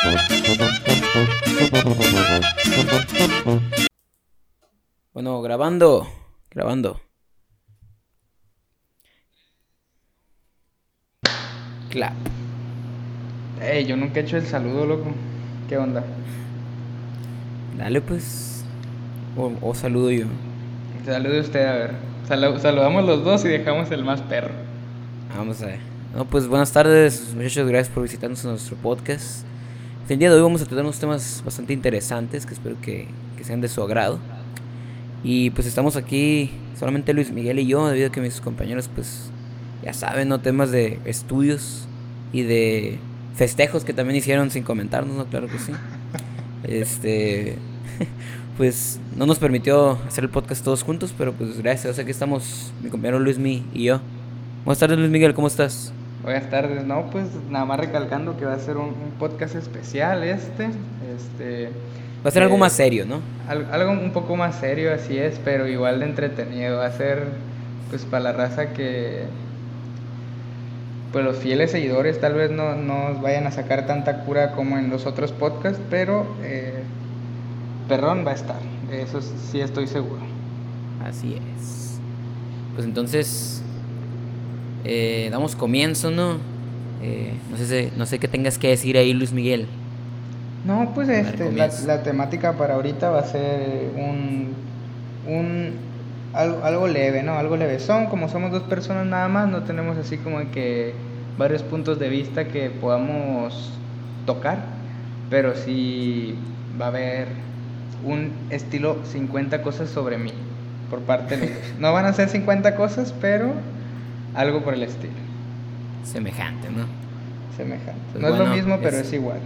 Bueno, grabando. Clap. Ey, yo nunca he hecho el saludo, loco. ¿Qué onda? Dale pues. O saludo yo. Salude usted, a ver. Saludamos los dos y dejamos el más perro. Vamos a ver. No, pues buenas tardes, muchachos. Gracias por visitarnos en nuestro podcast. El día de hoy vamos a tratar unos temas bastante interesantes que espero que sean de su agrado. Y pues estamos aquí solamente Luis Miguel y yo, debido a que mis compañeros, pues ya saben, ¿no? Temas de estudios y de festejos que también hicieron sin comentarnos, ¿no? Claro que sí. Este. Pues no nos permitió hacer el podcast todos juntos, pero pues gracias. O sea que estamos mi compañero Luismi y yo. Buenas tardes, Luis Miguel, ¿cómo estás? Buenas tardes, no, pues nada más recalcando que va a ser un podcast especial Va a ser algo más serio, ¿no? algo un poco más serio, así es, pero igual de entretenido. Va a ser, pues, para la raza que, pues, los fieles seguidores tal vez no nos vayan a sacar tanta cura como en los otros podcasts, pero perrón va a estar, de eso sí estoy seguro. Así es. Pues entonces, damos comienzo, ¿no? No sé qué tengas que decir ahí, Luis Miguel. No, pues Para dar comienzo. la temática para ahorita va a ser un algo leve, ¿no? Algo leve. Como somos dos personas nada más, no tenemos así como que varios puntos de vista que podamos tocar, pero sí va a haber un estilo 50 cosas sobre mí por parte de los dos. No van a ser 50 cosas, pero algo por el estilo, Semejante, ¿no? semejante. Pues No es lo bueno, mismo, pero es igual.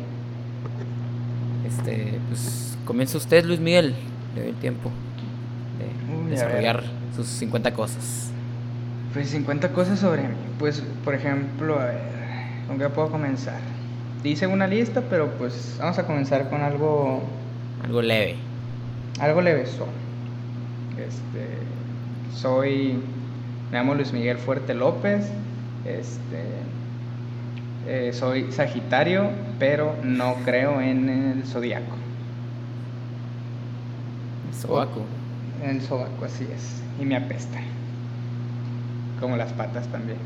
pues comienza usted, Luis Miguel. Le doy el tiempo de Uy, a ver. desarrollar sus 50 cosas. Pues 50 cosas sobre mí. Pues, por ejemplo, a ver, ¿con qué puedo comenzar? Hice una lista, pero pues vamos a comenzar con Algo leve. algo levesón. Soy, me llamo Luis Miguel Fuerte López. Soy Sagitario, pero no creo en el zodiaco. O Sobaco. en el zodiaco, así es. Y me apesta. Como las patas también.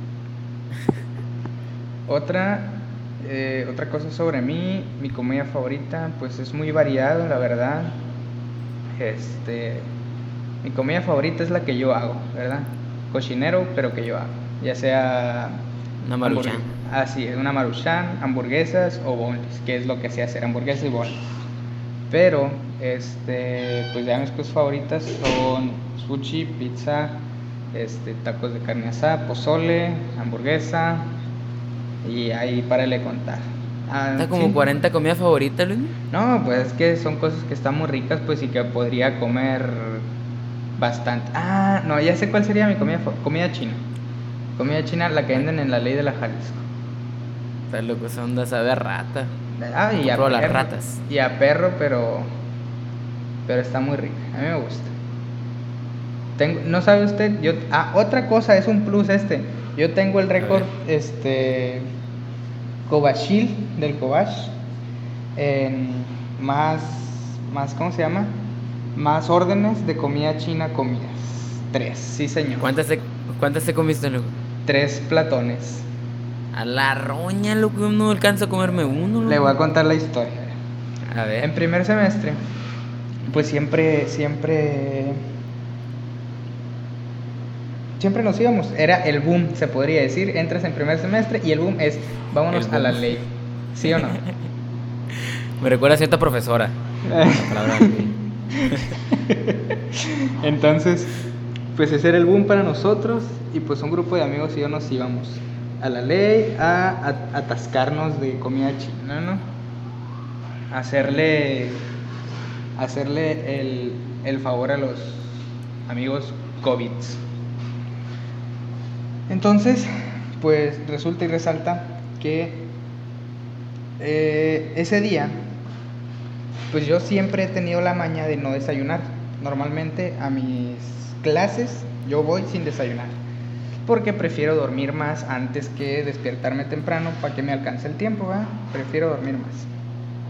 Otra cosa sobre mí, mi comida favorita, pues es muy variado, la verdad. Mi comida favorita es la que yo hago, ¿verdad? Cochinero, pero que yo hago. Ya sea Una maruchan. así es, una maruchan, hamburguesas o boneless, que es lo que sé hacer, hamburguesas y boneless. Pero, pues ya mis cosas favoritas son sushi, pizza, tacos de carne asada, pozole, hamburguesa, y ahí párale contar. ¿Está como Sí. 40 comida favorita, Luis? No, pues es que son cosas que están muy ricas, pues, y que podría comer bastante. Ah, no, ya sé cuál sería mi comida china. Comida china, la que venden en la Ley de la Jalisco. Está loco, esa onda sabe a rata. Ah, He y a comprado las perro. ratas. Y a perro, pero está muy rica. A mí me gusta. No sabe usted, otra cosa, es un plus Yo tengo el A récord, ver. Cobachil, del Cobach, en más, ¿cómo se llama? Más órdenes de comida china comidas. 3, sí señor. ¿Cuántas te comiste, loco? 3 platones. A la roña, loco, no alcanzo a comerme uno, Le voy a loco. contar la historia. A ver. En primer semestre, pues siempre nos íbamos. Era el boom, se podría decir. Entras en primer semestre y el boom es El vámonos a la boom. ley. ¿Sí o no? Me recuerda a cierta profesora. La palabra ley. Entonces, pues ese era el boom para nosotros. Y pues un grupo de amigos y yo nos íbamos a la ley a atascarnos de comida china, ¿no? Hacerle el favor a los amigos COVID. Entonces, pues resulta y resalta que ese día, pues yo siempre he tenido la maña de no desayunar. Normalmente a mis clases yo voy sin desayunar, porque prefiero dormir más antes que despertarme temprano para que me alcance el tiempo, ¿verdad? Prefiero dormir más.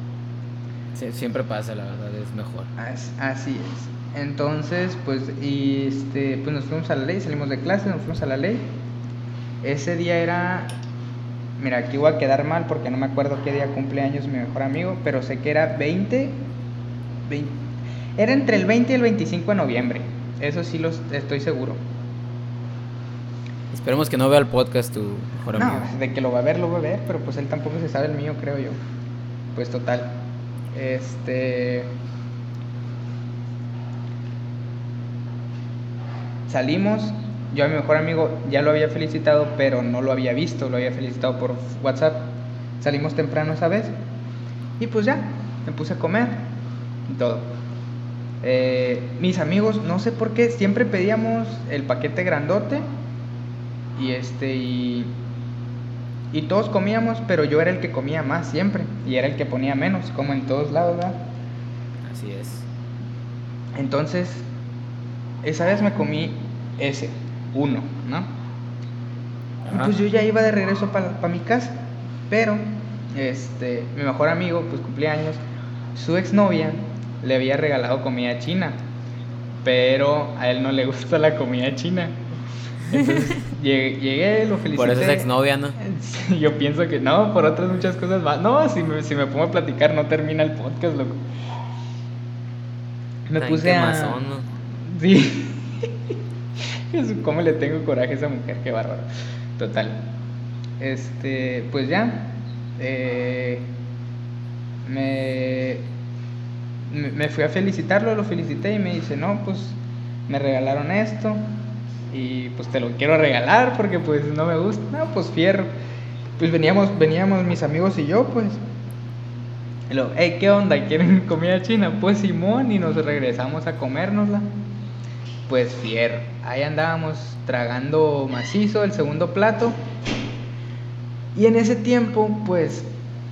Siempre pasa, la verdad, es mejor. Así es. Entonces, pues, pues nos fuimos a la ley, salimos de clase, nos fuimos a la ley. Ese día era, mira, aquí voy a quedar mal porque no me acuerdo qué día cumpleaños mi mejor amigo, pero sé que era 20, era entre el 20 y el 25 de noviembre. Eso sí estoy seguro. Esperemos que no vea el podcast tu mejor amigo. No, de que lo va a ver, pero pues él tampoco se sabe el mío, creo yo. Pues total. Salimos, yo a mi mejor amigo ya lo había felicitado, pero no lo había visto, lo había felicitado por WhatsApp. Salimos temprano esa vez y pues ya, me puse a comer y todo. Mis amigos, no sé por qué, siempre pedíamos el paquete grandote y todos comíamos, pero yo era el que comía más siempre y era el que ponía menos, como en todos lados, ¿verdad? Así es. Entonces, esa vez me comí uno, ¿no? Ajá. Y pues yo ya iba de regreso para mi casa, pero mi mejor amigo, pues cumpleaños, su exnovia le había regalado comida china, pero a él no le gusta la comida china. Entonces llegué, lo felicité. Por eso es exnovia, ¿no? Yo pienso que no, por otras muchas cosas más. No, si me pongo a platicar no termina el podcast, loco. Me puse a... Mazón, ¿no? Sí. ¿Cómo le tengo coraje a esa mujer? Qué bárbaro. Total. Pues ya. Me fui a felicitarlo, lo felicité y me dice, no, pues me regalaron esto y pues te lo quiero regalar porque pues no me gusta. No, pues fierro. Pues veníamos mis amigos y yo, pues. Y luego, hey, ¿qué onda? ¿Quieren comida china? Pues Simón, y nos regresamos a comérnosla. Pues fierro. Ahí andábamos tragando macizo el segundo plato. Y en ese tiempo, pues,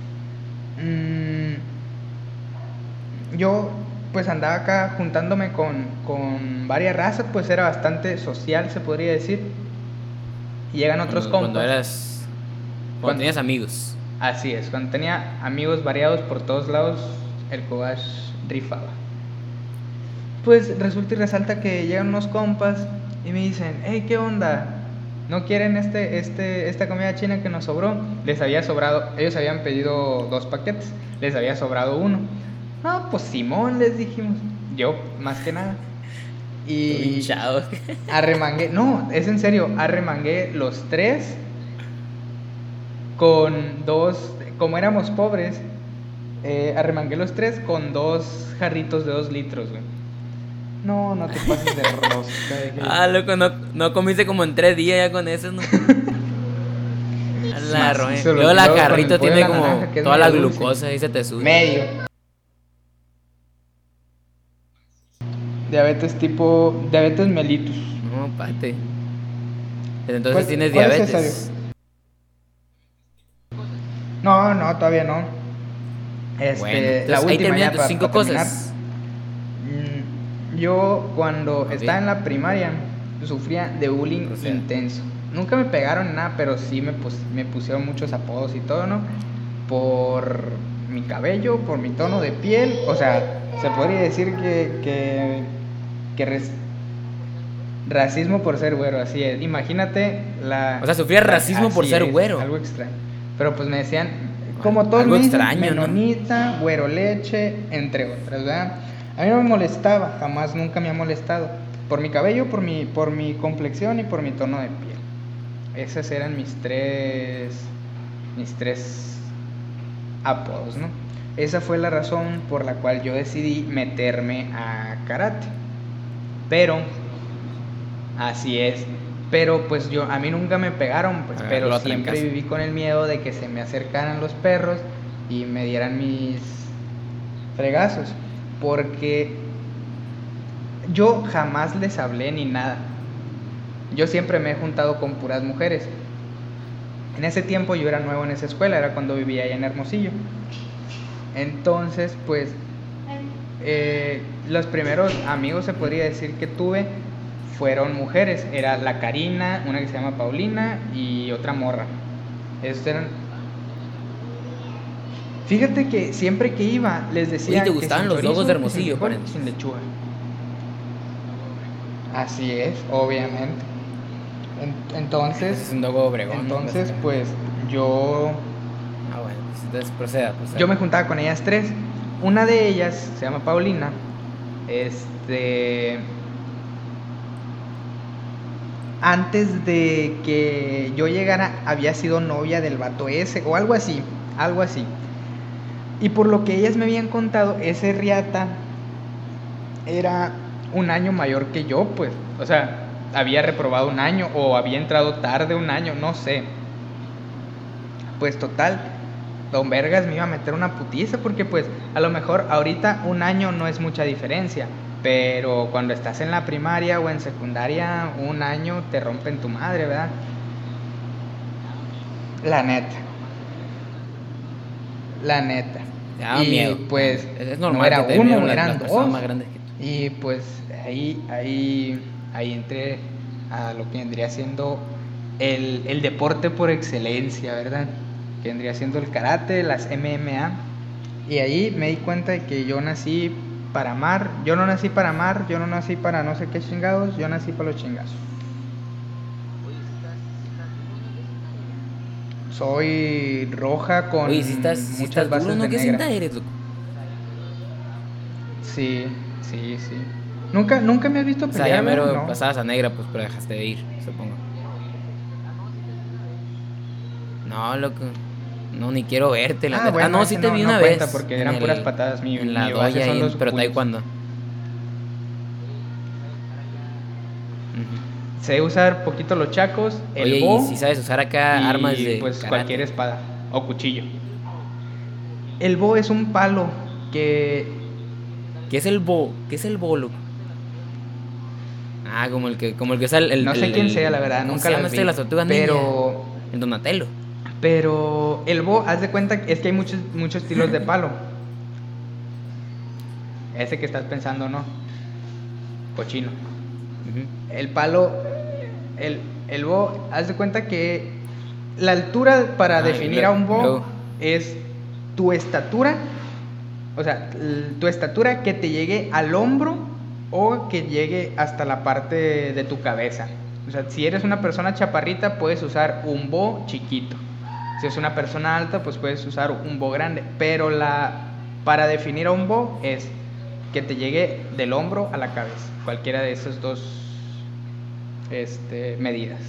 yo pues andaba acá juntándome con varias razas, pues era bastante social, se podría decir. Y llegan otros compas. Cuando tenías amigos. Así es, cuando tenía amigos variados por todos lados, el Kobash rifaba. Pues resulta y resalta que llegan unos compas y me dicen, hey, ¿qué onda? ¿No quieren esta comida china que nos sobró? Les había sobrado, ellos habían pedido 2 paquetes, les había sobrado uno. No, pues Simón, les dijimos, yo más que nada. Y arremangué, no, es en serio, arremangué los 3 con 2, como éramos pobres, arremangué los 3 con 2 jarritos de 2 litros, güey. No te pases de rosca. Loco, no comiste como en 3 días ya con eso, ¿no? Luego la jarrito tiene como toda la glucosa y se te sube. Medio. Diabetes mellitus. No, pate. Entonces tienes diabetes. No, todavía no. Bueno, la última ahí terminan tus para 5 cosas. Yo cuando estaba en la primaria sufría de bullying intenso. Nunca me pegaron nada, pero sí me pusieron muchos apodos y todo, ¿no? Por mi cabello, por mi tono de piel. O sea, se podría decir que racismo por ser güero, así es. Imagínate O sea, sufría racismo por ser güero. Algo extraño. Pero pues me decían, como todos me dicen, menonita, ¿no? Güero leche, entre otras, ¿verdad? A mí no me molestaba, jamás, nunca me ha molestado. Por mi cabello, por mi complexión y por mi tono de piel. Esos eran mis tres apodos, ¿no? Esa fue la razón por la cual yo decidí meterme a karate. Pero, así es. Pero pues a mí nunca me pegaron, pues, pero siempre viví con el miedo de que se me acercaran los perros y me dieran mis fregazos. Porque yo jamás les hablé ni nada. Yo siempre me he juntado con puras mujeres. En ese tiempo yo era nuevo en esa escuela, era cuando vivía allá en Hermosillo. Entonces, pues, los primeros amigos, se podría decir, que tuve fueron mujeres. Era la Karina, una que se llama Paulina y otra morra. Esos eran... Fíjate que siempre que iba les decía. Oye, ¿te que gustaban sin los chorizo, dogos de que sin Hermosillo, frijol, parece? sin lechuga. Así es, obviamente. Entonces, Ese es un dogo Obregón, ¿no? entonces Básicamente. pues yo Bueno, pues entonces proceda. yo me juntaba con ellas tres. Una de ellas se llama Paulina. Antes de que yo llegara había sido novia del vato ese o algo así, algo así. Y por lo que ellas me habían contado, ese riata era un año mayor que yo, pues. O sea, había reprobado un año o había entrado tarde un año, no sé. Pues total, don Vergas me iba a meter una putiza porque pues a lo mejor ahorita un año no es mucha diferencia, pero cuando estás en la primaria o en secundaria, un año te rompen tu madre, ¿verdad? La neta, la neta. Te daba Y miedo. pues Es no normal era que te dé miedo uno, las eran personas dos. más grandes que tú. Y pues ahí entré a lo que vendría siendo el deporte por excelencia, ¿verdad? Que vendría siendo el karate, las MMA. Y ahí me di cuenta de que yo nací para amar. Yo no nací para amar, yo no nací para no sé qué chingados, yo nací para los chingazos. Soy roja con Oye, si muchas estás duro, bases ¿no? de ¿Qué negra. cinta eres, loco? Sí, sí, sí. ¿Nunca me has visto O sea, pelear, ya ¿verdad? mero No. pasabas a negra, pues, pero dejaste de ir, supongo. No, loco. No, ni quiero verte, la neta. Bueno, No, sí ese te vi no una cuenta vez. porque eran puras patadas. En la Mi base doya son y los pero puños. taekwondo. Ujú. Sé usar poquito los chacos, el Oye, y bo si sabes usar acá armas y de pues karate. cualquier espada o cuchillo. El bo es un palo que ¿Qué es el bo? ¿Qué es el bo, loco? Ah, como el que usa no sé quién sea, la verdad, ¿cómo nunca se llama las este de vi. las tortugas ninja? Pero El Donatello. el bo, haz de cuenta que es que hay muchos estilos de palo. Ese que estás pensando, ¿no? Cochino. Ujú. El palo, el bo, haz de cuenta que la altura para definir a un bo luego. es tu estatura, o sea, tu estatura que te llegue al hombro o que llegue hasta la parte de tu cabeza. O sea, si eres una persona chaparrita, puedes usar un bo chiquito. Si es una persona alta, pues puedes usar un bo grande. Pero para definir a un bo es que te llegue del hombro a la cabeza. Cualquiera de esas dos medidas.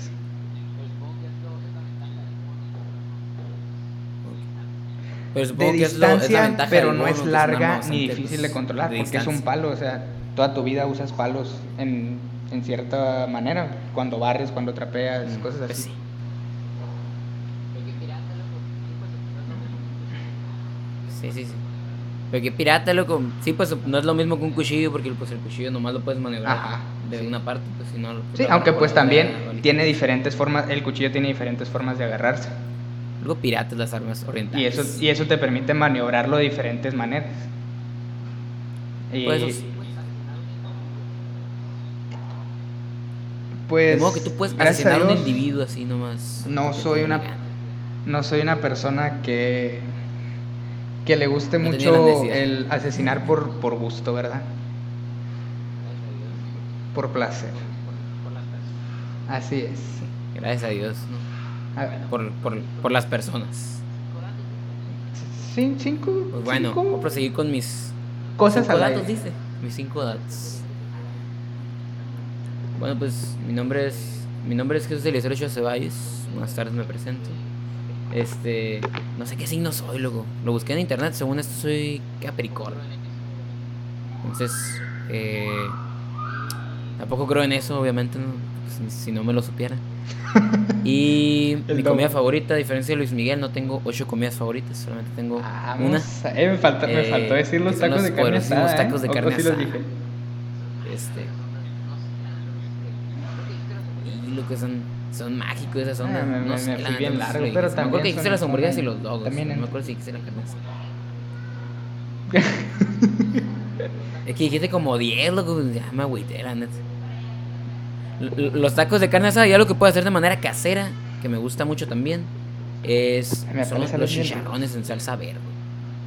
Pero De supongo que es la distancia, ventaja pero del no bo, es ¿no? Que es un arma larga ni bastante, difícil de pues, controlar, de porque es un distancia. palo, o sea, toda tu vida usas palos en cierta manera, cuando barres, cuando trapeas, cosas Pues así. sí. Sí, sí, sí. Pero que pirata, loco. Sí, pues no es lo mismo que un cuchillo, porque pues, el cuchillo nomás lo puedes maniobrar Ajá, de sí. una parte, pues si no lo Sí, lo aunque agarras pues por la también otra, vale. tiene diferentes formas, el cuchillo tiene diferentes formas de agarrarse. Algo piratas las armas Y orientales. eso te permite maniobrarlo de diferentes maneras. Pues eso Y sí. pues De modo que tú puedes gracias a asesinar a un Dios, individuo así nomás. no porque te soy dio la una gana. no soy una persona que le guste No he tenido la mucho necesidad. el asesinar por gusto, ¿verdad? Por placer. Así es. Gracias a Dios, ¿no? A ver, Por las personas. cinco, Pues bueno, voy a proseguir con mis cosas 5 al datos, aire. dice. Mis 5 datos. Bueno, pues mi nombre es Jesús Eliezer Ochoa Ceballos. Buenas tardes, me presento. No sé qué signo soy, loco. Lo busqué en internet, según esto soy Capricornio. Entonces, tampoco creo en eso, obviamente, ¿no? Si no me lo supiera. Y mi comida favorita, a diferencia de Luis Miguel, no tengo 8 comidas favoritas, solamente tengo una. Me faltó decir los que son tacos de carne poderosísimos asada, tacos de ¿O carne sí los asada. dije? Y lo que son mágicos esas ondas. Me No sé, fui la neta, bien no sé si largo, lo dijiste. pero Me acuerdo también que dijiste las son hamburguesas y en- los dogos. también No en- me acuerdo si dijiste la carne asada. Es que dijiste como 10, loco. Ya me agüité, la neta. Los tacos de carne asada, ya lo que puedo hacer de manera casera, que me gusta mucho también, Me son parece los bien chicharrones en salsa verde.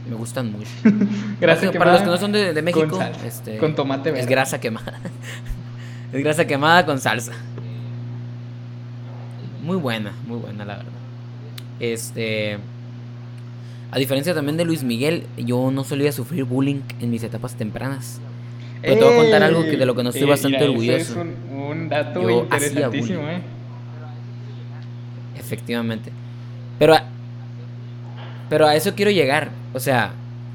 me gustan mucho. Grasa Para los quemada que no son de México, con salsa, con tomate verde. es grasa quemada. Es grasa quemada con salsa. Muy buena, la verdad. A diferencia también de Luis Miguel, yo no solía sufrir bullying en mis etapas tempranas. Pero te voy a contar algo de lo que no estoy bastante mira, orgulloso. ese es un dato Yo hacía interesantísimo, bullying, efectivamente. Pero a, pero a eso quiero llegar. O sea,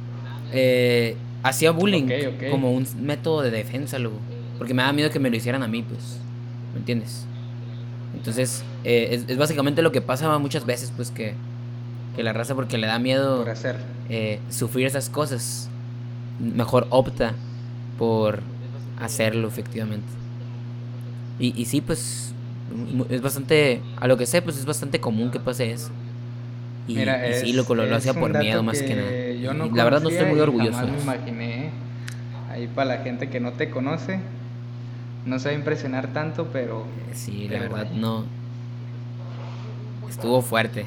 hacía bullying Ok. como un método de defensa, luego. Porque me daba miedo que me lo hicieran a mí, pues. ¿Me entiendes? Entonces, es básicamente lo que pasa muchas veces, pues que la raza, porque le da miedo Por hacer. sufrir esas cosas, mejor opta por hacerlo, efectivamente. Y sí, pues, es bastante, a lo que sé, pues es bastante común que pase eso. Mira, Y sí, lo es hacía un por miedo dato más que nada. que yo no Y la verdad no estoy conocía muy y orgulloso jamás de me eso. imaginé. Ahí para la gente que no te conoce, no se va a impresionar tanto, Sí, la pero verdad vaya. no, estuvo fuerte.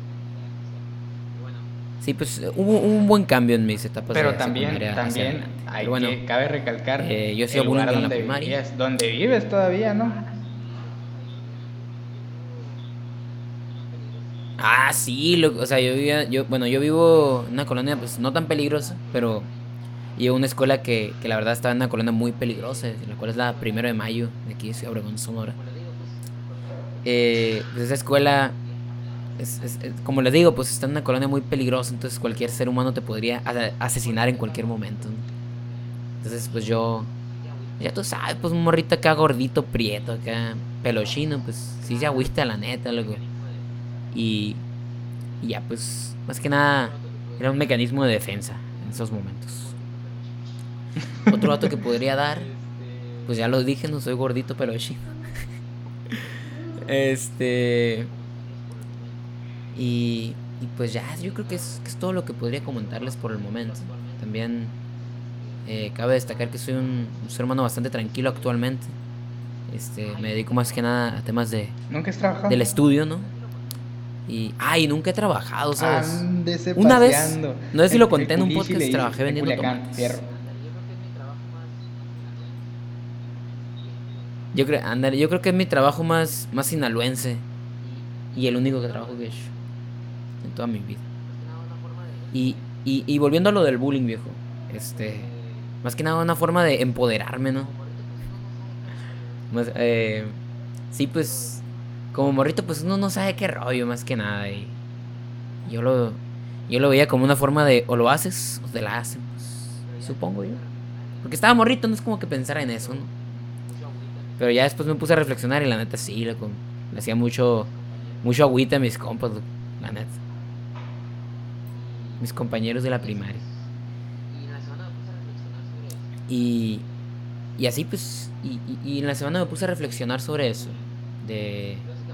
Sí, pues hubo un buen cambio en mis etapas Pero de secundaria hacia también adelante. Pero hay bueno, que, cabe recalcar yo hacía el bullying lugar en la donde primaria. vivías, donde vives todavía, ¿no? Ah, sí, o sea, bueno, yo vivo en una colonia pues no tan peligrosa, pero y una escuela que la verdad estaba en una colonia muy peligrosa, la cual es la 1 de Mayo, de aquí de Ciudad Obregón, Sonora. Pues esa escuela, como les digo, pues está en una colonia muy peligrosa, entonces cualquier ser humano te podría asesinar en cualquier momento, ¿no? Entonces, pues ya tú sabes, pues un morrito acá gordito, prieto, acá pelochino, pues sí se agüita la neta, loco. Y, y ya, pues, más que nada, era un mecanismo de defensa en esos momentos. Otro dato que podría dar, pues ya lo dije, no soy gordito, pelochino. Este. Y pues ya, yo creo que es todo lo que podría comentarles por el momento. También cabe destacar que soy un ser humano bastante tranquilo actualmente. Me dedico más que nada a temas ¿Nunca has trabajado? del estudio, ¿no? Y nunca he trabajado, ¿sabes? Ándese Una vez, paseando. no sé si lo El conté en un culichi le podcast, dice, trabajé de vendiendo Culiacán, fierro. tomates. Yo creo que es mi trabajo más sinaloense y el único que trabajo que he hecho en toda mi vida. Y volviendo a lo del bullying, viejo, más que nada una forma de empoderarme, ¿no? Más, sí, pues, como morrito, pues uno no sabe qué rollo, más que nada. Y yo lo, yo lo veía como una forma de o lo haces o te la hacen, pues, supongo yo. Porque estaba morrito, no es como que pensara en eso, ¿no? Pero ya después me puse a reflexionar y la neta sí, loco, le hacía mucho agüita a mis compas, loco, la neta. Mis compañeros de la primaria. Y, y así pues, y en la semana me puse a reflexionar sobre eso, de,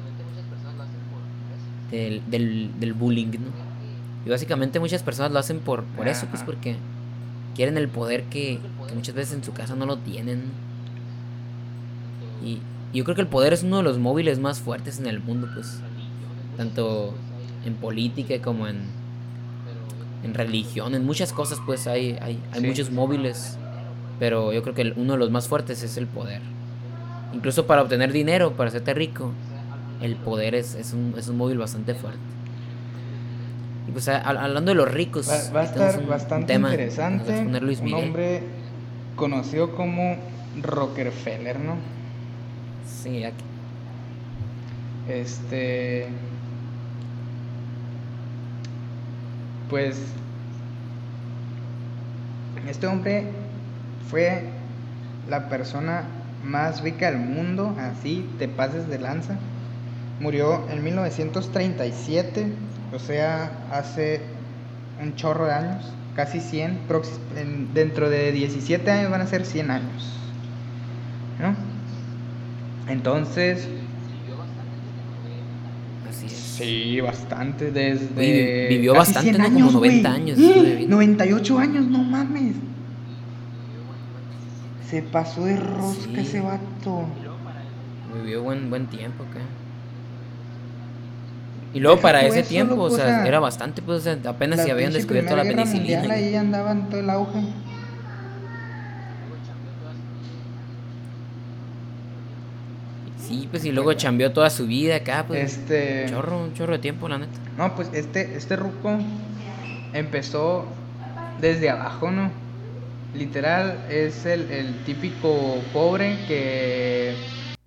del bullying, ¿no? Y básicamente muchas personas lo hacen por eso, pues Ajá. porque quieren el poder que muchas veces en su casa no lo tienen, ¿no? Y yo creo que el poder es uno de los móviles más fuertes en el mundo, pues, tanto en política como en religión, en muchas cosas, pues hay Sí. muchos móviles, pero yo creo que uno de los más fuertes es el poder. Incluso para obtener dinero, para hacerte rico, el poder es un móvil bastante fuerte. Y pues hablando de los ricos, Va a ahí tenemos estar un bastante tema que nos va a interesante. exponer Luis Un Miguel. hombre conocido como Rockefeller, ¿no? Sí, aquí. Este, pues, este hombre fue la persona más rica del mundo, así te pases de lanza. Murió en 1937, o sea, hace un chorro de años, casi 100, dentro de 17 años van a ser 100 años, ¿no? Entonces, Así es. sí, bastante, Oye, desde vivió casi bastante, 100 ¿no? Como años, 90 güey. años estuvo de vida. 98 años, no mames. Se pasó de rosca ese Sí, vato. vivió buen tiempo acá. Y luego Deja para tú ese eso, tiempo, loco, o sea, era bastante, pues, o sea, apenas la si habían pinche descubierto Primera la Guerra penicilina. Mundial ahí andaba en todo el auge. Sí, pues, y luego Pues bueno. chambeó toda su vida acá, pues, Este, un chorro de tiempo, la neta. no, pues este ruco empezó desde abajo, ¿no? Literal, es el típico pobre que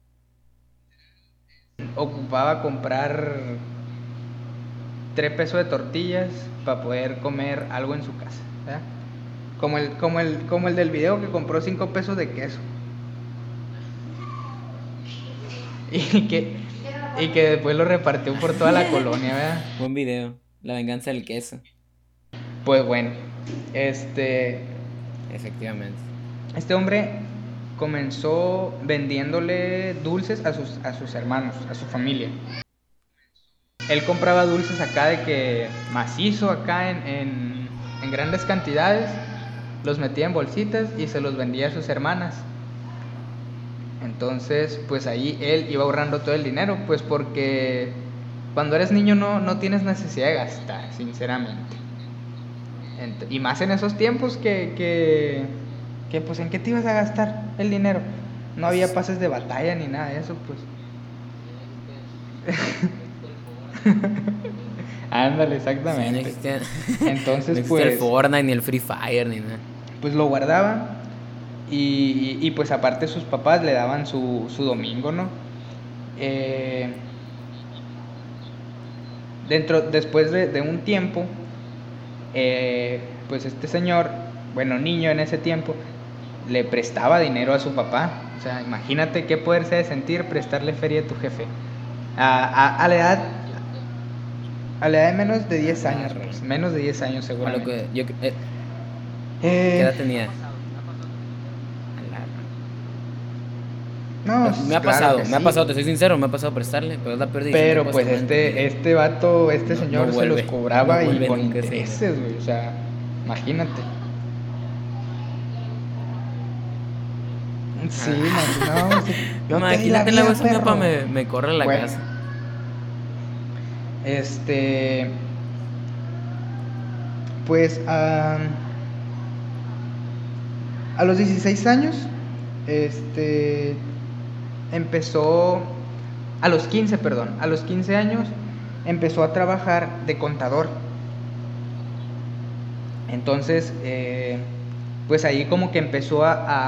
ocupaba comprar 3 pesos de tortillas para poder comer algo en su casa, ¿verdad? Como el del video que compró 5 pesos de queso. Y que, y que después lo repartió por toda la colonia, ¿verdad? Buen video, la venganza del queso. Pues bueno, este, Efectivamente. este hombre comenzó vendiéndole dulces a sus hermanos, a su familia. Él compraba dulces acá de que macizo, acá en grandes cantidades, los metía en bolsitas y se los vendía a sus hermanas. Entonces, pues ahí él iba ahorrando todo el dinero, pues porque cuando eres niño no tienes necesidad de gastar, sinceramente. Y más en esos tiempos que pues en qué te ibas a gastar el dinero. No había pases de batalla ni nada de eso, pues. Ándale, Sí, no exactamente. existía, Entonces, no existía el pues, Fortnite ni el Free Fire ni nada. pues lo guardaba y pues aparte sus papás le daban su domingo, ¿no? Eh, después de un tiempo, pues este señor, bueno, niño en ese tiempo, le prestaba dinero a su papá. O sea, imagínate qué poder se de sentir prestarle feria a tu jefe. A la edad, a la edad de menos de 10 años, pues, menos de 10 años A lo seguramente. que yo, ¿qué Eh, edad tenía? no, Me ha claro pasado, que me ha sí. pasado, te soy sincero, me ha pasado prestarle, pero es la peor decisión que Pero puedes pues tomar en tu vida. este vato, este No, señor se los no cobraba y vuelve con nunca ese dinero. intereses, güey. O sea, imagínate. Sí, no, sí. Yo te di la Imagínate, vida, luego mi papá perro. me corre a la Bueno, casa. este, pues a los 16 años, este, empezó, a los 15, perdón, a los 15 años empezó a trabajar de contador. Entonces, pues ahí como que empezó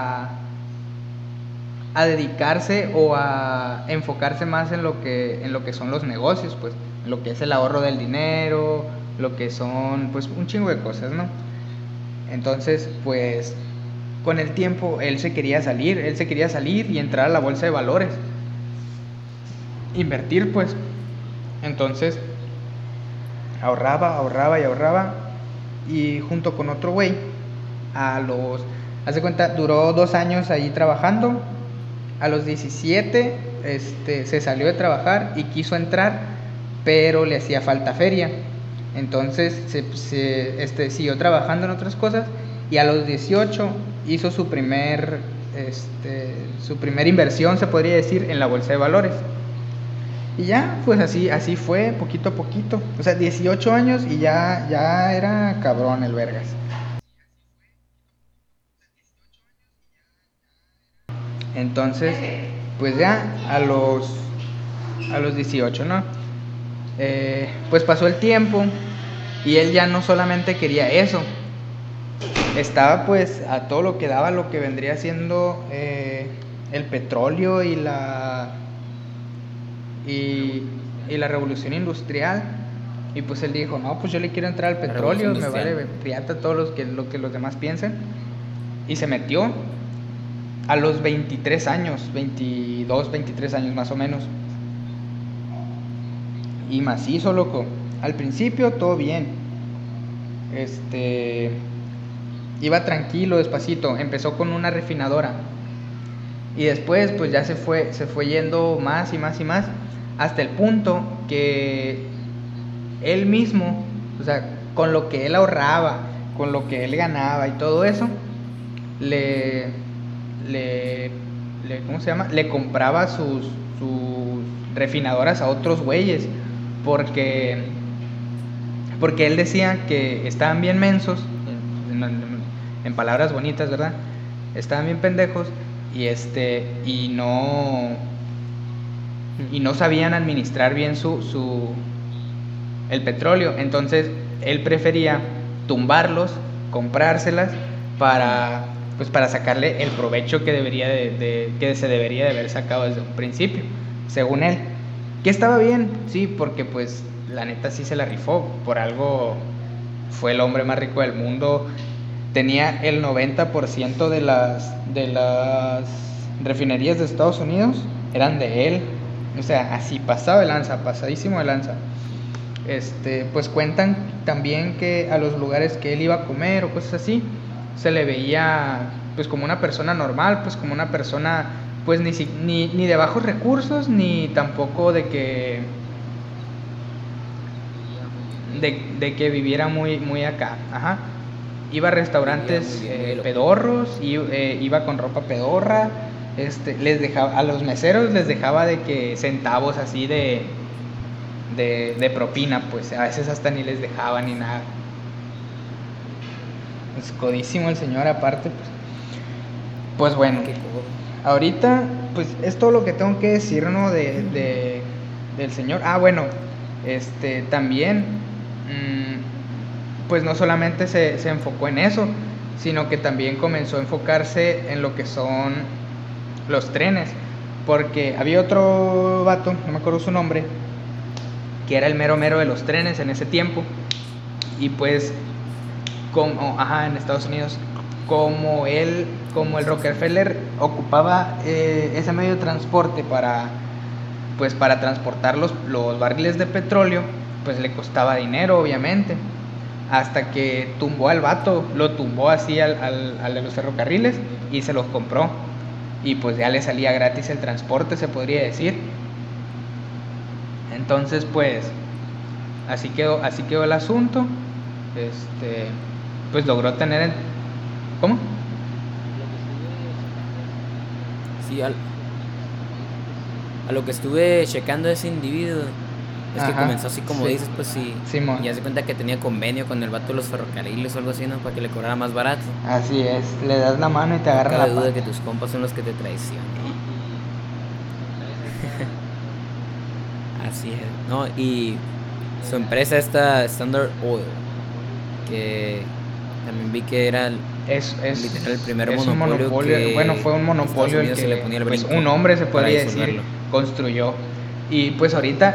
a dedicarse o a enfocarse más en lo que son los negocios, pues, en lo que es el ahorro del dinero, lo que son, pues, un chingo de cosas, ¿no? Entonces, pues, con el tiempo él se quería salir y entrar a la bolsa de valores, invertir, pues. Entonces, ahorraba y ahorraba, y junto con otro güey, haz de cuenta, duró 2 años ahí trabajando. A los 17, se salió de trabajar y quiso entrar, pero le hacía falta feria. Entonces siguió trabajando en otras cosas y a los 18 hizo su primer inversión, se podría decir, en la bolsa de valores. Y ya, pues así fue, poquito a poquito. O sea, 18 años y ya era cabrón el vergas. Entonces, pues ya a los 18, ¿no? Pues pasó el tiempo y él ya no solamente quería eso. Estaba pues a todo lo que daba lo que vendría siendo el petróleo y la revolución industrial. Y pues él dijo, no, pues yo le quiero entrar al La petróleo, revolución me vale industrial. riata todo lo que los demás piensen. Y se metió a los 23 años, 22, 23 años más o menos. Y macizo, loco. Al principio todo bien. Iba tranquilo, despacito. Empezó con una refinadora. Y después pues ya se fue yendo más y más y más. Hasta el punto que él mismo, o sea, con lo que él ahorraba, con lo que él ganaba y todo eso, le, le, ¿cómo se llama? Le compraba sus refinadoras a otros güeyes. porque él decía que estaban bien mensos, en palabras bonitas, ¿verdad? Estaban bien pendejos y no sabían administrar bien el petróleo. Entonces él prefería tumbarlos, comprárselas para sacarle el provecho que que se debería de haber sacado desde un principio, según él. Que estaba bien, sí, porque pues la neta sí se la rifó. Por algo fue el hombre más rico del mundo. Tenía el 90% de las refinerías de Estados Unidos eran de él. O sea, así pasado de lanza, pasadísimo de lanza. Pues cuentan también que a los lugares que él iba a comer o cosas así, se le veía pues como una persona normal, pues como una persona pues ni de bajos recursos, ni tampoco de que viviera muy acá. Ajá. Iba a restaurantes muy pedorros, iba con ropa pedorra, les dejaba, a los meseros les dejaba de que centavos así de propina, pues a veces hasta ni les dejaba ni nada. Es codísimo el señor aparte, pues bueno, ahorita pues es todo lo que tengo que decir, ¿no? del señor. Bueno, también pues no solamente se enfocó en eso, sino que también comenzó a enfocarse en lo que son los trenes, porque había otro vato, no me acuerdo su nombre, que era el mero de los trenes en ese tiempo, y pues en Estados Unidos, como el Rockefeller ocupaba ese medio de transporte para transportar los barriles de petróleo, pues le costaba dinero, obviamente, hasta que tumbó al vato, lo tumbó así al de los ferrocarriles y se los compró, y pues ya le salía gratis el transporte, se podría decir. Entonces pues así quedó el asunto. Pues logró tener ¿Cómo? Sí, a lo que estuve checando ese individuo es que comenzó así como sí. dices, pues sí, ya se cuenta que tenía convenio con el vato de los ferrocarriles o algo así, ¿no? Para que le cobrara más barato. Así es, le das la mano y te agarran la duda pata. que tus compas son los que te traicionan. Así es, ¿no? Y su empresa esta Standard Oil, que también vi que era literal el primer monopolio que bueno, fue un monopolio el que le ponía el pues, brinco un hombre, se podría decir, construyó. Y pues ahorita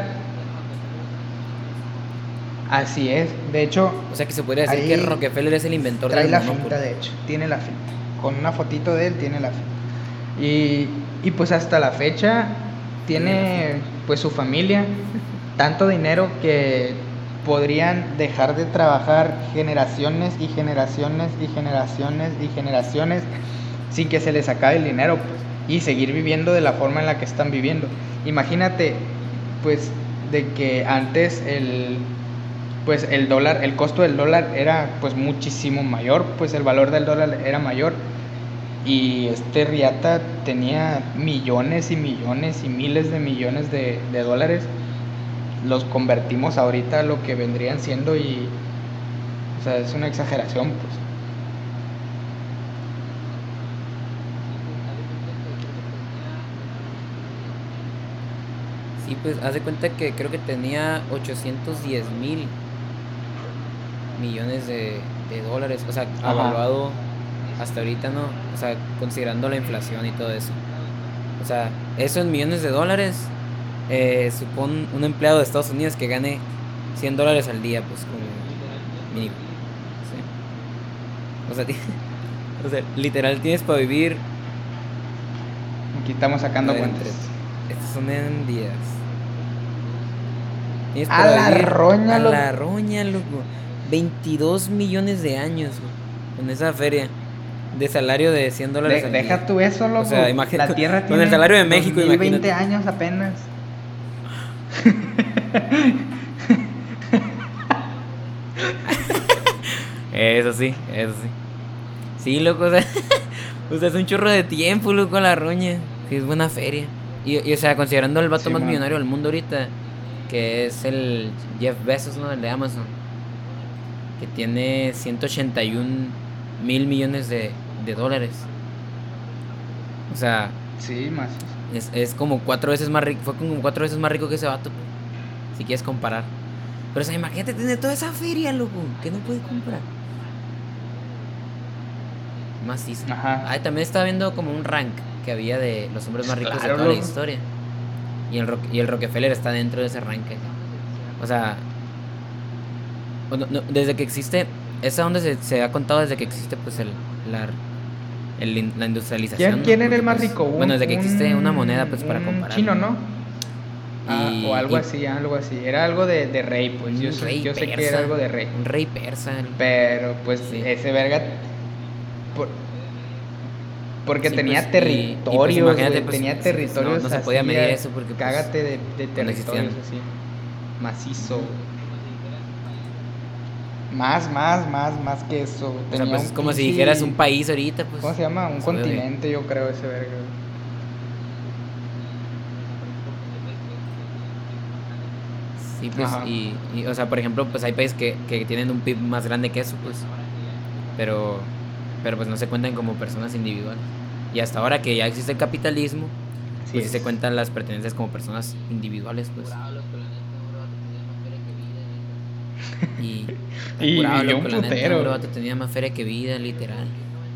así es, de hecho, o sea que se podría decir que Rockefeller es el inventor del monopolio. Trae la monopolio. finta, de hecho, tiene la finta. Con una fotito de él tiene la finta. Y pues hasta la fecha tiene pues su familia tanto dinero que podrían dejar de trabajar generaciones y generaciones y generaciones y generaciones sin que se les acabe el dinero, pues, y seguir viviendo de la forma en la que están viviendo. Imagínate, pues, de que antes el dólar, el costo del dólar era pues muchísimo mayor, pues el valor del dólar era mayor, y riata tenía millones y millones y miles de millones de dólares. Los convertimos ahorita a lo que vendrían siendo y, o sea, es una exageración, pues. Sí, pues, haz de cuenta que creo que tenía 810,000 millones de dólares, o sea, evaluado hasta ahorita, ¿no? O sea, considerando la inflación y todo eso. O sea, eso en millones de dólares, supone un empleado de Estados Unidos que gane $100 al día, pues, como mínimo. ¿Sí? O sea, literal tienes para vivir. Aquí estamos sacando cuentas. Estas son en días. Tienes a la roña, loco. 22 millones de años, con esa feria de salario de $100 al día. Deja tú eso, loco. O sea, imagínate, la tierra con tiene el salario de México, 20 años apenas. Eso sí. Sí, loco, o sea, es un chorro de tiempo, loco, la roña. Sí, es buena feria. Y o sea, considerando el vato más millonario del mundo ahorita, que es el Jeff Bezos, ¿no? El de Amazon, que tiene 181 mil millones de dólares. O sea, Sí, más. es como 4 veces más rico, fue como 4 veces más rico que ese vato, si quieres comparar. Pero o sea, imagínate tener toda esa feria, loco, que no puede comprar. Macizo. Ajá. Ah, también estaba viendo como un rank que había de los hombres más ricos de Claro, toda la loco. historia. Y el Rockefeller está dentro de ese rank. O sea, desde que existe, esa onda se ha contado desde que existe pues la, la industrialización, ¿no? ¿Quién era Porque el más pues, rico? bueno, desde que existe una moneda pues para Un comparar. chino, ¿no? O algo Y así, algo así. Era algo de rey, pues. un rey Yo sé que persa, era algo de rey. un rey persa. Pero pues Sí. ese verga. por- Porque Sí, tenía pues, territorios, pues, imagínate, güey. pues, Tenía sí, territorios no se podía así, medir eso porque pues, cágate de no existían. territorios así. Macizo. Más que eso. O sea, Tenía pues un es como si pinche- dijeras un país ahorita, pues. ¿Cómo se llama? Un pues, obvio que- continente, yo creo, ese verga. Sí, pues, Ajá. o sea, por ejemplo, pues hay países que tienen un PIB más grande que eso, pues. Pero pues no se cuentan como personas individuales. Y hasta ahora que ya existe el capitalismo, Así pues sí se es. cuentan las pertenencias como personas individuales, pues. Y Y curado, vivió loco, un la neta, putero. hombre, vato tenía más feria que vida, literal.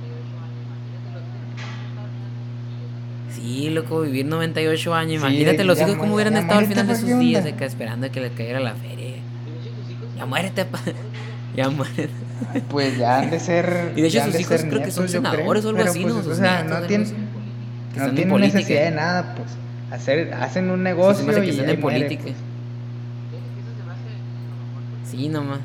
Sí, loco, vivir 98 años. Sí, Imagínate los ya hijos cómo hubieran ya estado al muérete, final de ¿pa' sus qué días onda? acá esperando a que les cayera la feria. Ya muérete, pa. Ya muérete. Pues ya han de ser. Y de hecho ya han sus de hijos ser creo que son nietos, yo creo. senadores o algo Pero así, pues, ¿no? o Sus sea, nietos, no algo tienen. así. Que No están en tienen política. necesidad de nada, pues. Hacen un Sí, negocio se me hace que y están ahí en muere, política. pues. Sí, nomás.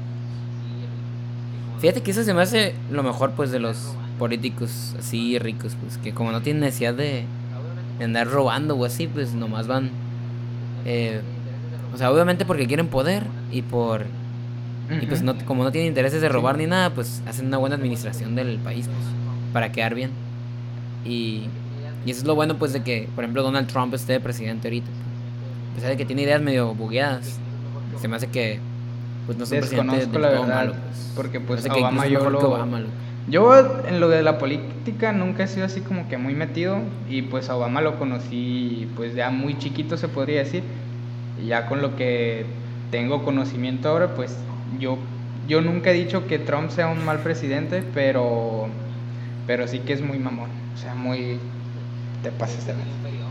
Fíjate que eso se me hace lo mejor, pues, de los políticos así ricos, pues, que como no tienen necesidad de andar robando o así, pues, nomás van. O sea, obviamente porque quieren poder y pues, Ujú. no, como no tienen intereses de robar Sí. ni nada, pues, hacen una buena administración del país, pues, para quedar bien. Y eso es lo bueno, pues, de que, por ejemplo, Donald Trump esté de presidente ahorita. A pesar de que tiene ideas medio bugueadas, se me hace que pues no es un presidente Desconozco del la todo verdad, malo, pues. porque Me pues parece que Obama incluso es yo mejor que lo... Obama, loco. Yo en lo de la política nunca he sido así como que muy metido y pues a Obama lo conocí pues ya muy chiquito se podría decir y ya con lo que tengo conocimiento ahora pues yo nunca he dicho que Trump sea un mal presidente, pero sí que es muy mamón, o sea, muy te pasas de ver.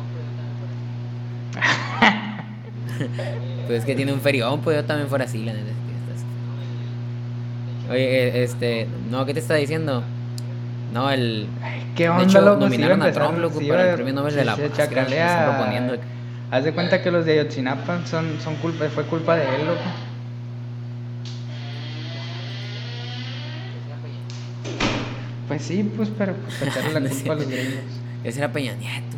Pues es que tiene un ferión, pues yo también fuera así, la neta. Oye, no, ¿qué te está diciendo? No, Ay, ¿qué de onda, hecho, loco? Si iba a nominaron a empezar, Trump, loco, si para el iba, premio Nobel de la se Paz, creo. Le están proponiendo. chacalea. Haz de cuenta que los de Ayotzinapa fue culpa de él, loco. Pues sí, pues, pero pues echarle la No es culpa a los cierto. gringos. Ese era Peña Nieto.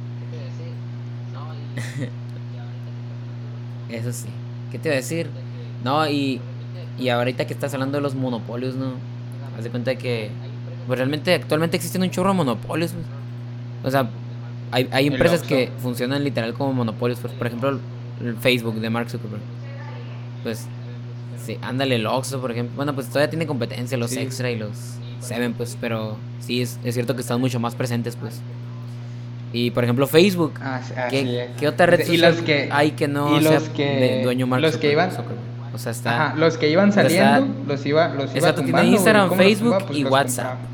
Eso sí. ¿Qué te iba a decir? No, y ahorita que estás hablando de los monopolios, ¿no? Haz de cuenta que pues realmente actualmente existen un chorro de monopolios, pues. O sea, hay El empresas Oxxo. que funcionan literal como monopolios, pues, por ejemplo, el Facebook de Mark Zuckerberg. Pues, sí, ándale, el Oxxo, por ejemplo. Bueno, pues todavía tiene competencia los Sí. Extra y los Seven, pues, pero sí es cierto que están mucho más presentes, pues. Y por ejemplo, Facebook. Así es. ¿Qué otra red Y social los que hay que no y sea los que de dueño Mark los que iban Zuckerberg? O sea, está. Ajá, los que iban o sea, saliendo está- los iba Exacto, tiene tumbando, güey. Instagram, ¿Cómo los Facebook tumbaba? Pues y los WhatsApp. compraba.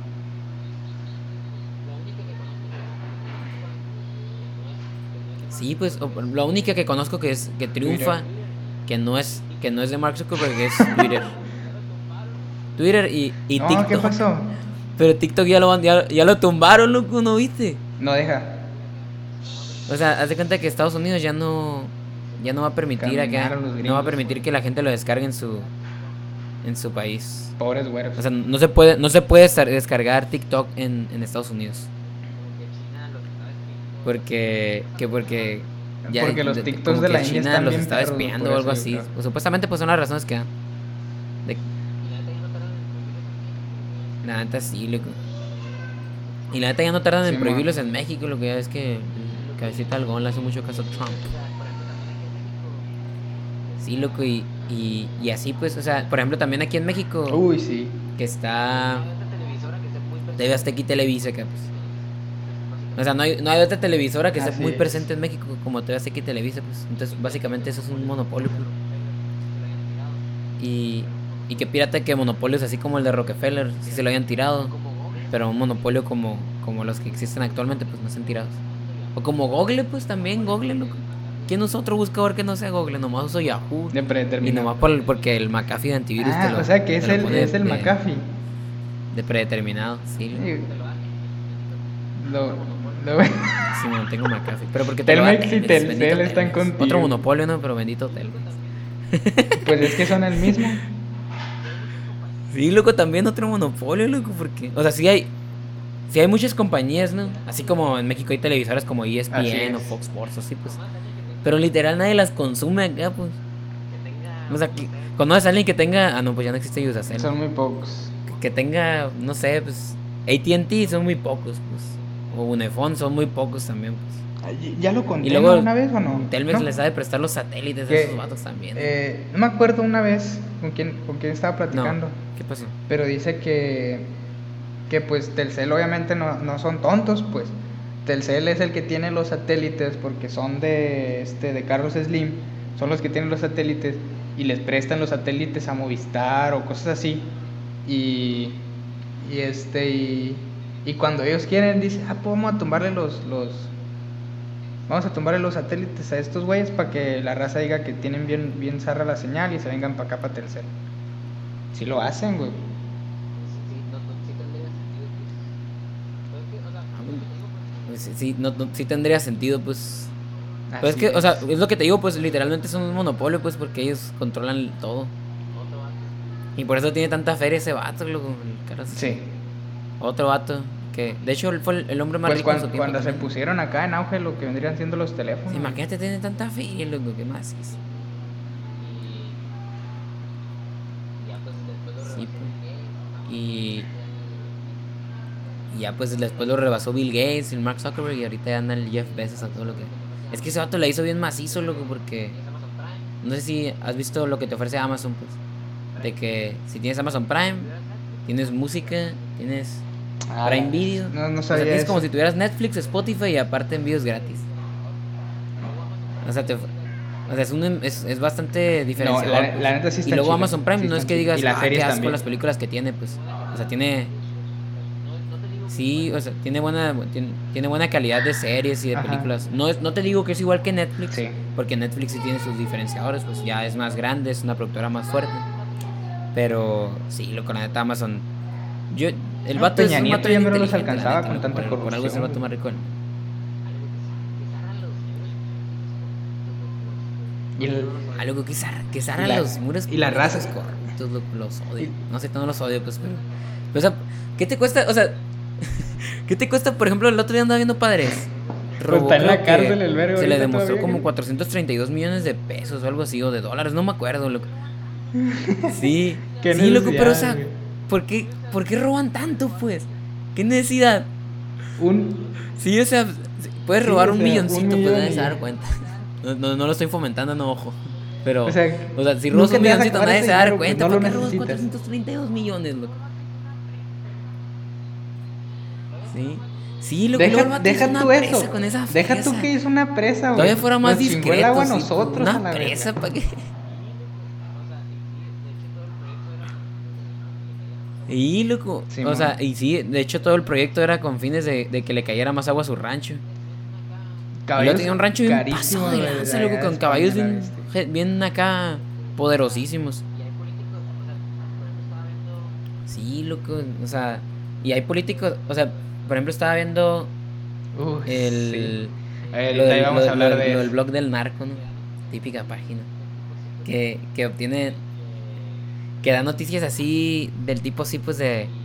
Sí, pues la única que conozco que triunfa, Twitter. que no es de Mark Zuckerberg, es Twitter. Twitter y No, TikTok. ¿qué pasó? Pero TikTok ya lo tumbaron, loco, ¿no viste? No deja. O sea, haz de cuenta que Estados Unidos ya no va a permitir acá, Caminaron los no va a gringos. permitir que la gente lo descargue en su país. Pobres güeros. O sea, no se puede descargar TikTok en Estados Unidos. Porque Porque los TikToks como de que la India China están los bien está perros, espiando por o algo eso, así. yo creo. Pues, supuestamente pues son las razones que dan. De... La neta sí, loco. Y la neta ya no tardan en Sí, prohibirlos en México, lo que ya es que el cabecita algodón le hace mucho caso a Trump. Sí, loco, y así pues, o sea, por ejemplo, también aquí en México, Uy, sí. que está TV Azteca y Televisa, que pues, o sea, no hay otra televisora que esté Así muy es. presente en México como TV Azteca y Televisa, pues, entonces básicamente eso es un monopolio, pues. Y, y qué pirata que monopolios así como el de Rockefeller, si se lo hayan tirado, pero un monopolio como los que existen actualmente, pues no se han tirados. O como Google, pues también Google, loco. ¿Quién usa otro buscador que no sea Google? Nomás uso Yahoo. De Y predeterminado. nomás porque el McAfee de antivirus Ah, o sea que te lo pone es el McAfee. de predeterminado. Sí, Sí, lo- sí, no tengo McAfee. Pero porque te lo da Telmex y Telmex, bendito Telcel están Telmex. Otro contigo. monopolio, ¿no? Pero bendito Telmex. Pues es que son el mismo. Sí, loco, también otro monopolio, loco, porque... O sea, sí hay muchas compañías, ¿no? Así como en México hay televisoras como Así ESPN o es. Fox Sports, así pues. Pero literal nadie las consume acá, pues. O sea, ¿conoces a alguien que tenga... Ah, no, pues ya no existe Usacell. Son muy pocos. Que tenga, no sé, pues... AT&T son muy pocos, pues. O Unifón son muy pocos también, pues. ¿Ya lo Y conté luego una vez o no? Telmex ¿No? les sabe prestar los satélites a Que, esos vatos también. no me acuerdo una vez con quién estaba No, platicando, ¿qué pasó? pero dice que pues Telcel obviamente no son tontos, pues. Telcel es el que tiene los satélites porque son de Carlos Slim, son los que tienen los satélites y les prestan los satélites a Movistar o cosas así. Y, y y cuando ellos quieren, dice, pues vamos a tumbarle los satélites a estos güeyes para que la raza diga que tienen bien zarra la señal y se vengan para acá, para Telcel. Sí lo hacen, güey. Pues sí, sí tendría sentido, pues. Pero es Así que, o sea, es. es lo que te digo, pues literalmente son un monopolio, pues porque ellos controlan todo. Y por eso tiene tanta feria ese vato, loco. El Carlos Sí. Slim. Otro vato que, de hecho, él fue el hombre más Pues rico en su tiempo. cuando se también. pusieron acá en auge lo que vendrían siendo los teléfonos. Sí, imagínate tener tanta feria, loco, ¿qué más es? Sí, pues. Y ya pues después lo rebasó Bill Gates, el Mark Zuckerberg y ahorita ya anda el Jeff Bezos a todo lo que... Es que ese vato la hizo bien macizo, loco, porque... No sé si has visto lo que te ofrece Amazon, pues. De que si tienes Amazon Prime, tienes música, tienes Prime Video. No O sea, sabía tienes eso. como si tuvieras Netflix, Spotify y aparte envíos gratis. O sea, es bastante diferenciador. No, la pues. neta sí Y están luego chidas, Amazon Prime sí no es están que chidas. digas, Y las qué series asco también. las películas que tiene, pues. O sea, tiene... Sí, o sea, tiene buena calidad de series y de Ajá. películas. No te digo que es igual que Netflix, Sí. porque Netflix sí tiene sus diferenciadores, pues ya es más grande, es una productora más fuerte. Pero sí, lo con la neta Amazon. El vato Peña es un Nieto vato ya bien mero los inteligente, la alcanzaba neta, con loco, tanta por algo es el corrupción, vato güey. más rico. Y el- Algo que zarra Y la- los muros y la raza. políticos corruptos, los odio. Y- No sé, no los odio, pues, pero o sea, ¿qué te cuesta? O sea, ¿qué te cuesta, por ejemplo, el otro día andaba viendo Padres? Pues está en creo la que cárcel el vergo se le ahorita demostró todavía, como ¿qué? 432 millones de pesos o algo así, o de dólares, no me acuerdo, loco. Sí, Qué sí, loco, pero o sea, necesidad, ¿por qué roban tanto, pues? ¿Qué necesidad? güey. Un Sí, o sea, puedes Sí, robar o un sea, milloncito, un pues millón nadie y se va a dar ya. cuenta. No lo estoy fomentando, no, ojo. Pero, O sea, si robas nunca un te vas a milloncito, acabar nadie ese se va a dar dinero, pues, cuenta. no ¿Por lo qué robas necesitas. 432 millones, loco? Sí. Sí, loco, luego el vato hizo deja una tú presa eso. con esa Deja fresa. tú que hizo una presa, güey. Todavía fuera más Nos chingó el discreto. agua a sí, pues, nosotros, a una la presa, verga. ¿para qué? Y loco, Sí, o sea, man. y sí, de hecho todo el proyecto era con fines de que le cayera más agua a su rancho. Y luego Caballos tenía un rancho bien carísimos, pasado de güey, lanza, de loco, allá de con España, caballos la bien, bestia. bien acá poderosísimos. Sí, loco, o sea, y hay políticos, o sea, por ejemplo estaba viendo Uy, sí. el Ahorita íbamos a hablar de lo del eso. blog del narco, ¿no? Típica página. Que obtiene, que da noticias así, del tipo así, pues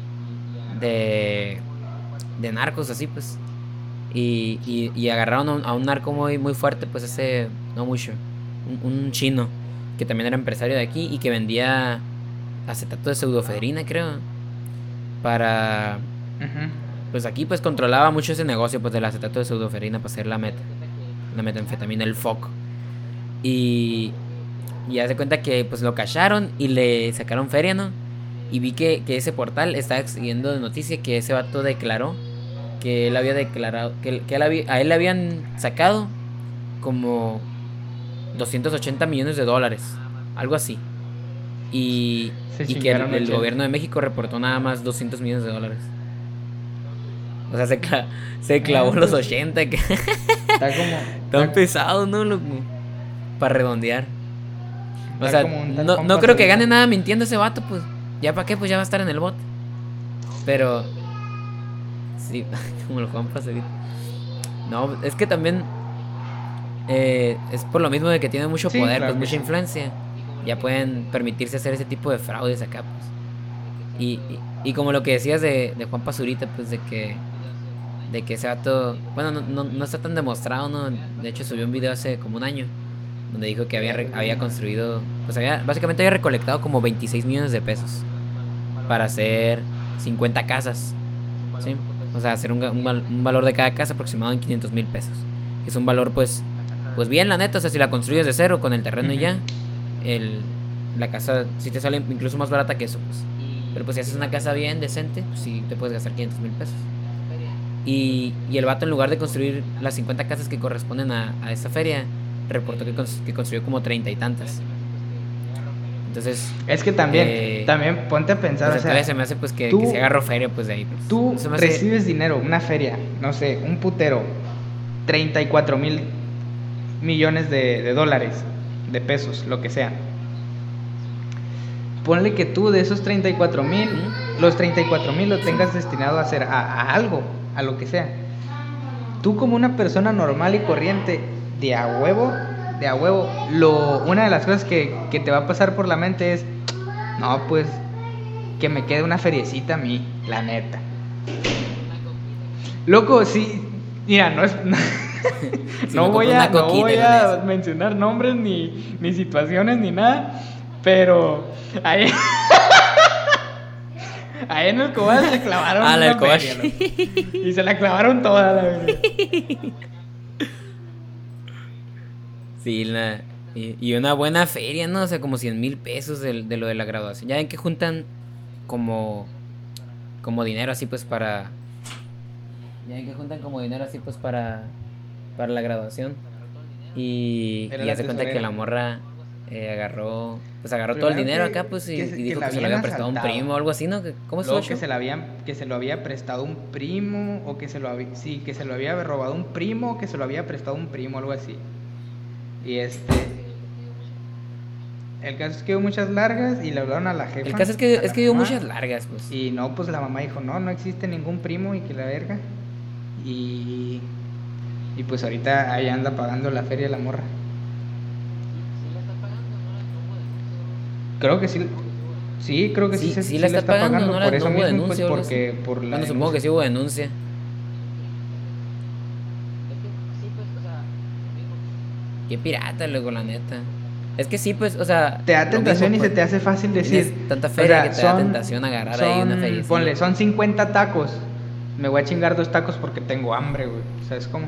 de, de narcos, así, pues. Y agarraron a un narco muy fuerte, pues hace no mucho. Un chino, que también era empresario de aquí y que vendía acetato de pseudoefedrina, creo. Para... Ujú. Pues aquí pues controlaba mucho ese negocio pues del acetato de pseudoefedrina para hacer la metanfetamina, el FOC. Y Y ya se cuenta que pues lo cacharon y le sacaron feria, ¿no? Y vi que ese portal estaba siguiendo de noticia que ese vato declaró que él había declarado, a él le habían sacado como 280 millones de dólares, algo así. Y que el gobierno de México reportó nada más 200 millones de dólares. O sea, se clavó los 80. Que Está como... tan pesado, ¿no, loco? Para redondear. O sea, no creo Sarita. que gane nada mintiendo ese vato, pues. ¿Ya para qué? Pues ya va a estar en el bot. Pero... sí, como lo Juanpa Sarita. No, es que también... es por lo mismo de que tiene mucho poder, claro, pues mucha influencia. Ya pueden permitirse hacer ese tipo de fraudes acá, pues. Y como lo que decías de Juanpa Zurita, pues de que ese vato, bueno, no está tan demostrado, ¿no? De hecho subió un video hace como un año donde dijo que había construido, pues básicamente había recolectado como 26 millones de pesos para hacer 50 casas, ¿sí? O sea, hacer un valor de cada casa aproximado en 500,000 pesos. Es un valor pues bien, la neta. O sea, si la construyes de cero con el terreno y ya, la casa sí te sale incluso más barata que eso, pues. Pero pues si haces una casa bien decente, pues sí te puedes gastar 500,000 pesos. Y el vato, en lugar de construir las 50 casas que corresponden a esa feria, reportó que construyó como 30 y tantas. Entonces... es que también ponte a pensar, pues, o sea, se me hace pues que se agarró feria pues de ahí. Pues. Tú recibes dinero, una feria, no sé, un putero, 34,000 millones de dólares, de pesos, lo que sea. Ponle que tú de esos 34,000, los 34,000 lo tengas destinado a hacer a algo, a lo que sea. Tú como una persona normal y corriente, de a huevo, una de las cosas que te va a pasar por la mente es, no, pues, que me quede una feriecita a mí, la neta. Loco, sí, mira, no es... sí, no voy a mencionar nombres ni situaciones ni nada, pero ahí en el Cobach se clavaron una feria, y se la clavaron toda la verdad. Sí, y una buena feria, ¿no? O sea, como 100,000 pesos de lo de la graduación. Ya ven que juntan como dinero así pues para... ya ven que juntan como dinero así pues para la graduación. Y ya se cuenta que la morra agarró todo el dinero acá, pues, y dijo que se lo había prestado un primo o algo así, ¿no? ¿Cómo estuvo? Que se lo había prestado un primo, o que se lo había robado un primo, o que se lo había prestado un primo, algo así. Y el caso es que hubo muchas largas y le hablaron a la jefa. El caso es que hubo muchas largas, pues. Y no, pues la mamá dijo, no existe ningún primo y que la verga. Y pues ahorita ahí anda pagando la feria la morra. Creo que sí. Sí, creo que sí la está pagando. por eso mismo, denuncia, pues, porque por la... bueno, supongo que sí hubo denuncia. Qué pirata, luego, la neta. Es que sí, pues, o sea... te da tentación mismo, y se te hace fácil decir... tanta feria, o sea, que te da tentación agarrar ahí una feria. Ponle, son 50 tacos. Me voy a chingar 2 tacos porque tengo hambre, güey. ¿Sabes cómo?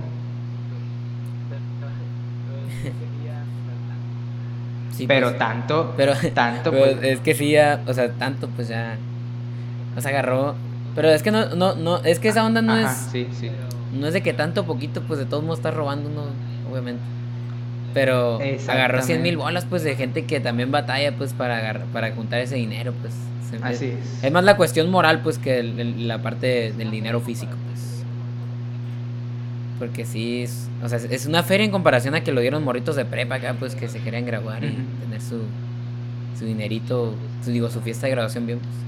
Sí, pero pues, tanto, pero pues... es que sí, ya, o sea, tanto, pues ya... nos agarró... Pero es que no... es que esa onda no es... sí. No es de que tanto poquito, pues de todos modos está robando uno, obviamente. Pero agarró 100,000 bolas, pues, de gente que también batalla, pues, para juntar ese dinero, pues. Así es. Es más la cuestión moral, pues, que la parte del dinero físico, pues. Porque sí, o sea, es una feria en comparación a que lo dieron morritos de prepa acá, pues, que se querían graduar y tener su dinerito, su fiesta de graduación bien, pues.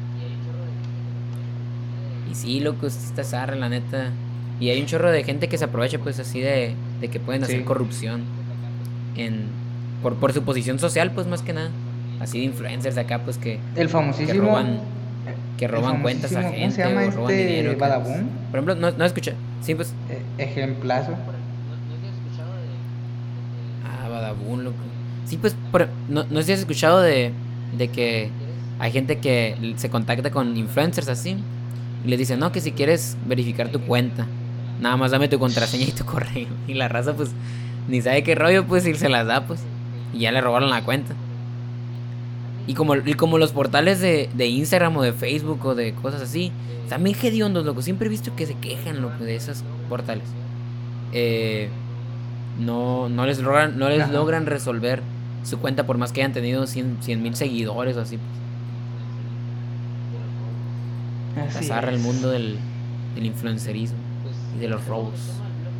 Y sí, loco, está zarra, la neta. Y hay un chorro de gente que se aprovecha, pues, así de que pueden hacer corrupción. Por su posición social, pues, más que nada. Así de influencers acá, pues, que... el famosísimo... que roban cuentas a gente. ¿Cómo se llama roban dinero, Badabun? Por ejemplo, no escuché. Sí, pues... ejemplazo. Badabun, loco. Sí, pues, no sé si has escuchado de que hay gente que se contacta con influencers así y les dice, no, que si quieres verificar tu cuenta, nada más dame tu contraseña y tu correo. Y la raza, pues, ni sabe qué rollo, pues, y se las da, pues. Y ya le robaron la cuenta. Y como los portales de Instagram o de Facebook o de cosas así, también hediondos, loco. Siempre he visto que se quejan, loco, de esos portales. Eh, no les Ajá. logran resolver su cuenta por más que hayan tenido 100,000 seguidores o así. Así Las agarra el es. mundo del influencerismo y de los robos.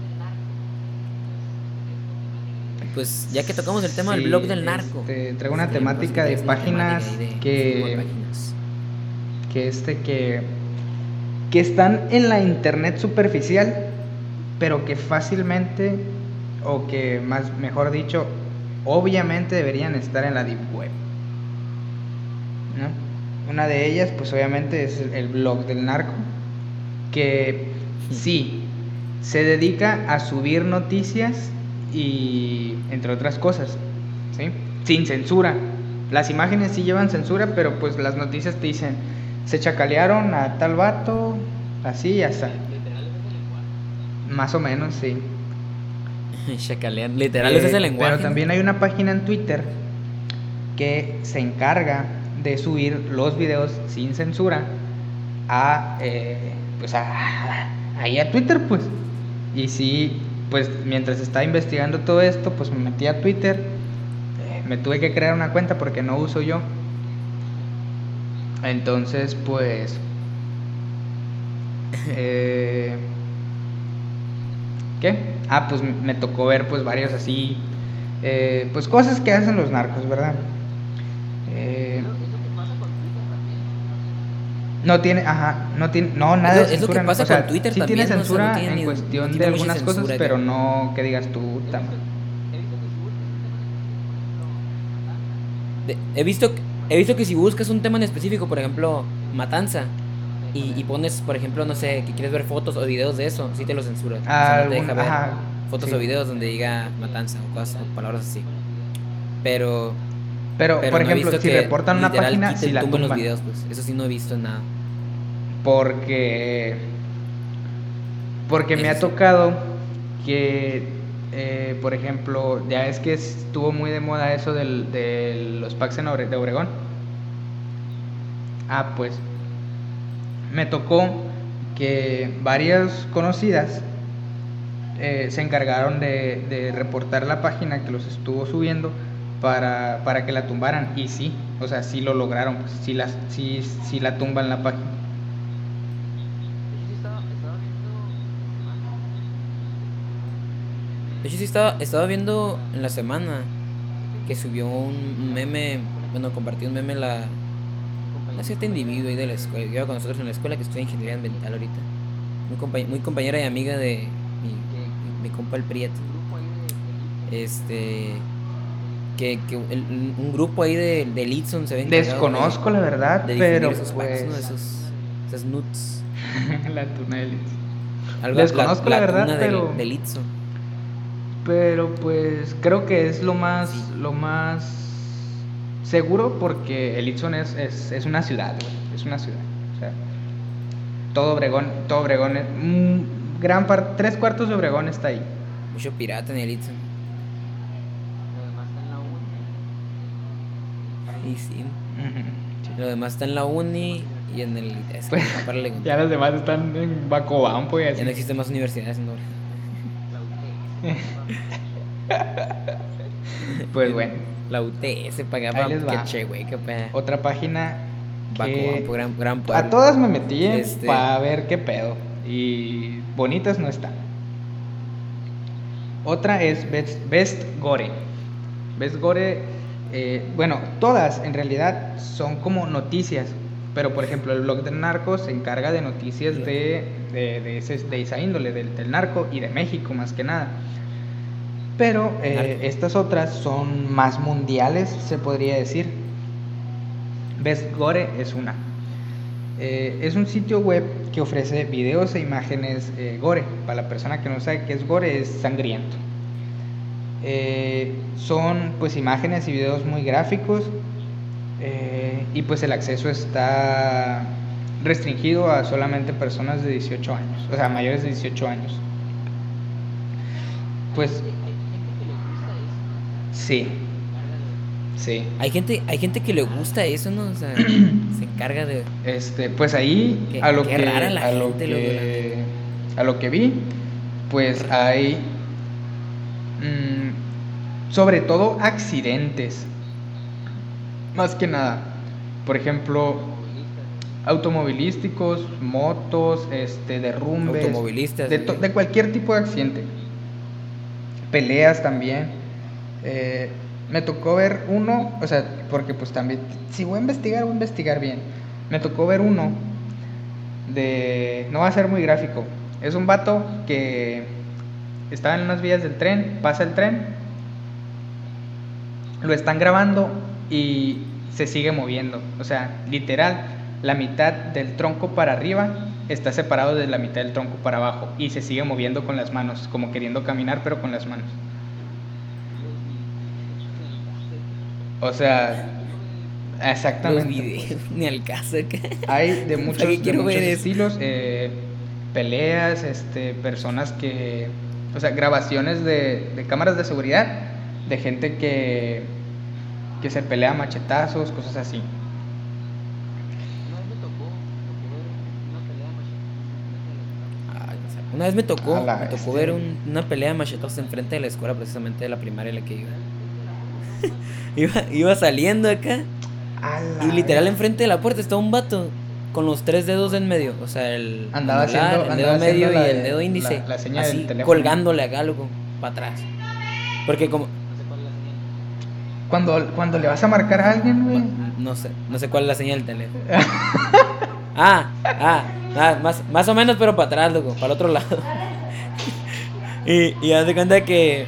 Y pues, ya que tocamos el tema del blog Sí, del narco, traigo una no sé si temática de traes una temática ahí páginas de ese tipo de páginas. que, este, que, que están en la internet superficial, pero que fácilmente, o que más, mejor dicho, obviamente deberían estar en la deep web, ¿no? Una de ellas, pues obviamente es el blog del narco, que sí, se dedica a subir noticias y entre otras cosas, ¿sí? Sin censura. Las imágenes sí llevan censura, pero pues las noticias te dicen, se chacalearon a tal vato, así y hasta. Más o menos, sí. Chacalean. Literal, ese es el Pero lenguaje, ¿no? también hay una página en Twitter que se encarga de subir los videos sin censura a, pues ahí a Twitter, pues. Y sí, pues mientras estaba investigando todo esto, pues me metí a Twitter, me tuve que crear una cuenta porque no uso yo. Entonces, pues, eh, ¿qué? Ah, pues me tocó ver pues varios así, pues cosas que hacen los narcos, ¿verdad? Eh, no tiene, ajá, no, Es nada lo, de es lo que censura, o pasa con sea, Twitter sí tiene también, ¿no? O sea, no censura tiene, en no cuestión de tiene mucha algunas cosas, censura acá. pero no que digas tú, He visto que si buscas un tema en específico, por ejemplo, matanza, y pones, por ejemplo, no sé, que quieres ver fotos o videos de eso, sí te lo censura. O sea, no te deja ver ajá, fotos o sí. videos donde diga matanza o cosas o palabras así. Pero, Pero, pero por no he ejemplo, visto si que reportan una literal página, si quiten, la tumben los tumban. videos, pues. Eso sí no he visto nada. Porque, porque me Eso ha sí. tocado que, por ejemplo, ya es que estuvo muy de moda eso de los packs de Obregón. Ah, pues me tocó que varias conocidas se encargaron de reportar la página que los estuvo subiendo para que la tumbaran. Y sí, o sea, sí lo lograron, pues sí la tumban la página. De hecho, sí estaba viendo en la semana que subió un meme, bueno, compartió un meme una cierta individuo ahí de la escuela, que iba con nosotros en la escuela, que estudia ingeniería ambiental ahorita. Muy compañera y amiga de mi compa el Prieto. Este, un grupo ahí de Litson se había encargado Desconozco la de verdad, difundir pero esos packs, ¿no? pues Esas nuts. la tunel. Algo, Desconozco la la verdad, tuna de Litson. pero pues creo que es Sí. lo más seguro porque el Itson es una ciudad, güey, es una ciudad. O sea, todo Obregón, gran parte, tres cuartos de Obregón está ahí. Mucho pirata en el Litson. Y sí. Ujú, sí. Lo demás está en la uni y en el ITESA. Pues No, para de ya contar. los demás están en Bacobampo y Ya así. no existen más universidades en Obregón. Pues bueno, La UTS ahí pagaba les que va. che, güey, que pa. Otra página Bacobampo, que gran a pueblo. todas me metí Este. para ver qué pedo. Y bonitas no están. Otra es Best Gore. Best Gore, bueno, todas en realidad son como noticias. Pero por ejemplo, el blog del narco se encarga de noticias de esa índole, del narco y de México más que nada. Pero Narco. estas otras son más mundiales, se podría decir. Best Gore es una. Es un sitio web que ofrece videos e imágenes gore. Para la persona que no sabe qué es gore, es sangriento. Son pues imágenes y videos muy gráficos y pues el acceso está restringido a solamente personas de 18 años, o sea, mayores de 18 años. Pues sí, Sí. Hay gente que le gusta eso, ¿no? O sea, se encarga de... Pues ahí Qué a lo rara la a lo gente, loco, la que a lo que vi, pues hay sobre todo accidentes, más que nada. Por ejemplo, automovilísticos, motos, derrumbes, Automovilistas. de cualquier tipo de accidente. Peleas también. Me tocó ver uno, o sea, porque pues también, si voy a investigar bien. Me tocó ver uno no va a ser muy gráfico. Es un vato que estaba en unas vías del tren, pasa el tren, lo están grabando y se sigue moviendo. O sea, literal, la mitad del tronco para arriba está separado de la mitad del tronco para abajo y se sigue moviendo con las manos, como queriendo caminar pero con las manos. O sea, exactamente. Los videos, ni al caso. Hay de ¿Para qué muchos quiero ver eso? estilos, peleas, personas que, o sea, grabaciones de cámaras de seguridad de gente que se pelea a machetazos, cosas así. Ay, o sea, una vez me A tocó la ver una pelea de machetazos enfrente de la escuela, precisamente de la primaria en la que iba. Iba saliendo acá A y la literal vez. enfrente de la puerta estaba un vato con los 3 dedos en medio, o sea, el Andaba anular, haciendo- el dedo andaba medio haciendo y el dedo índice, la señal del así teléfono. colgándole acá, loco, para atrás. Porque como Cuando le vas a marcar a alguien, güey. no sé cuál es la señal del teléfono. Más o menos, pero para atrás, loco, para el otro lado. Y haz de cuenta que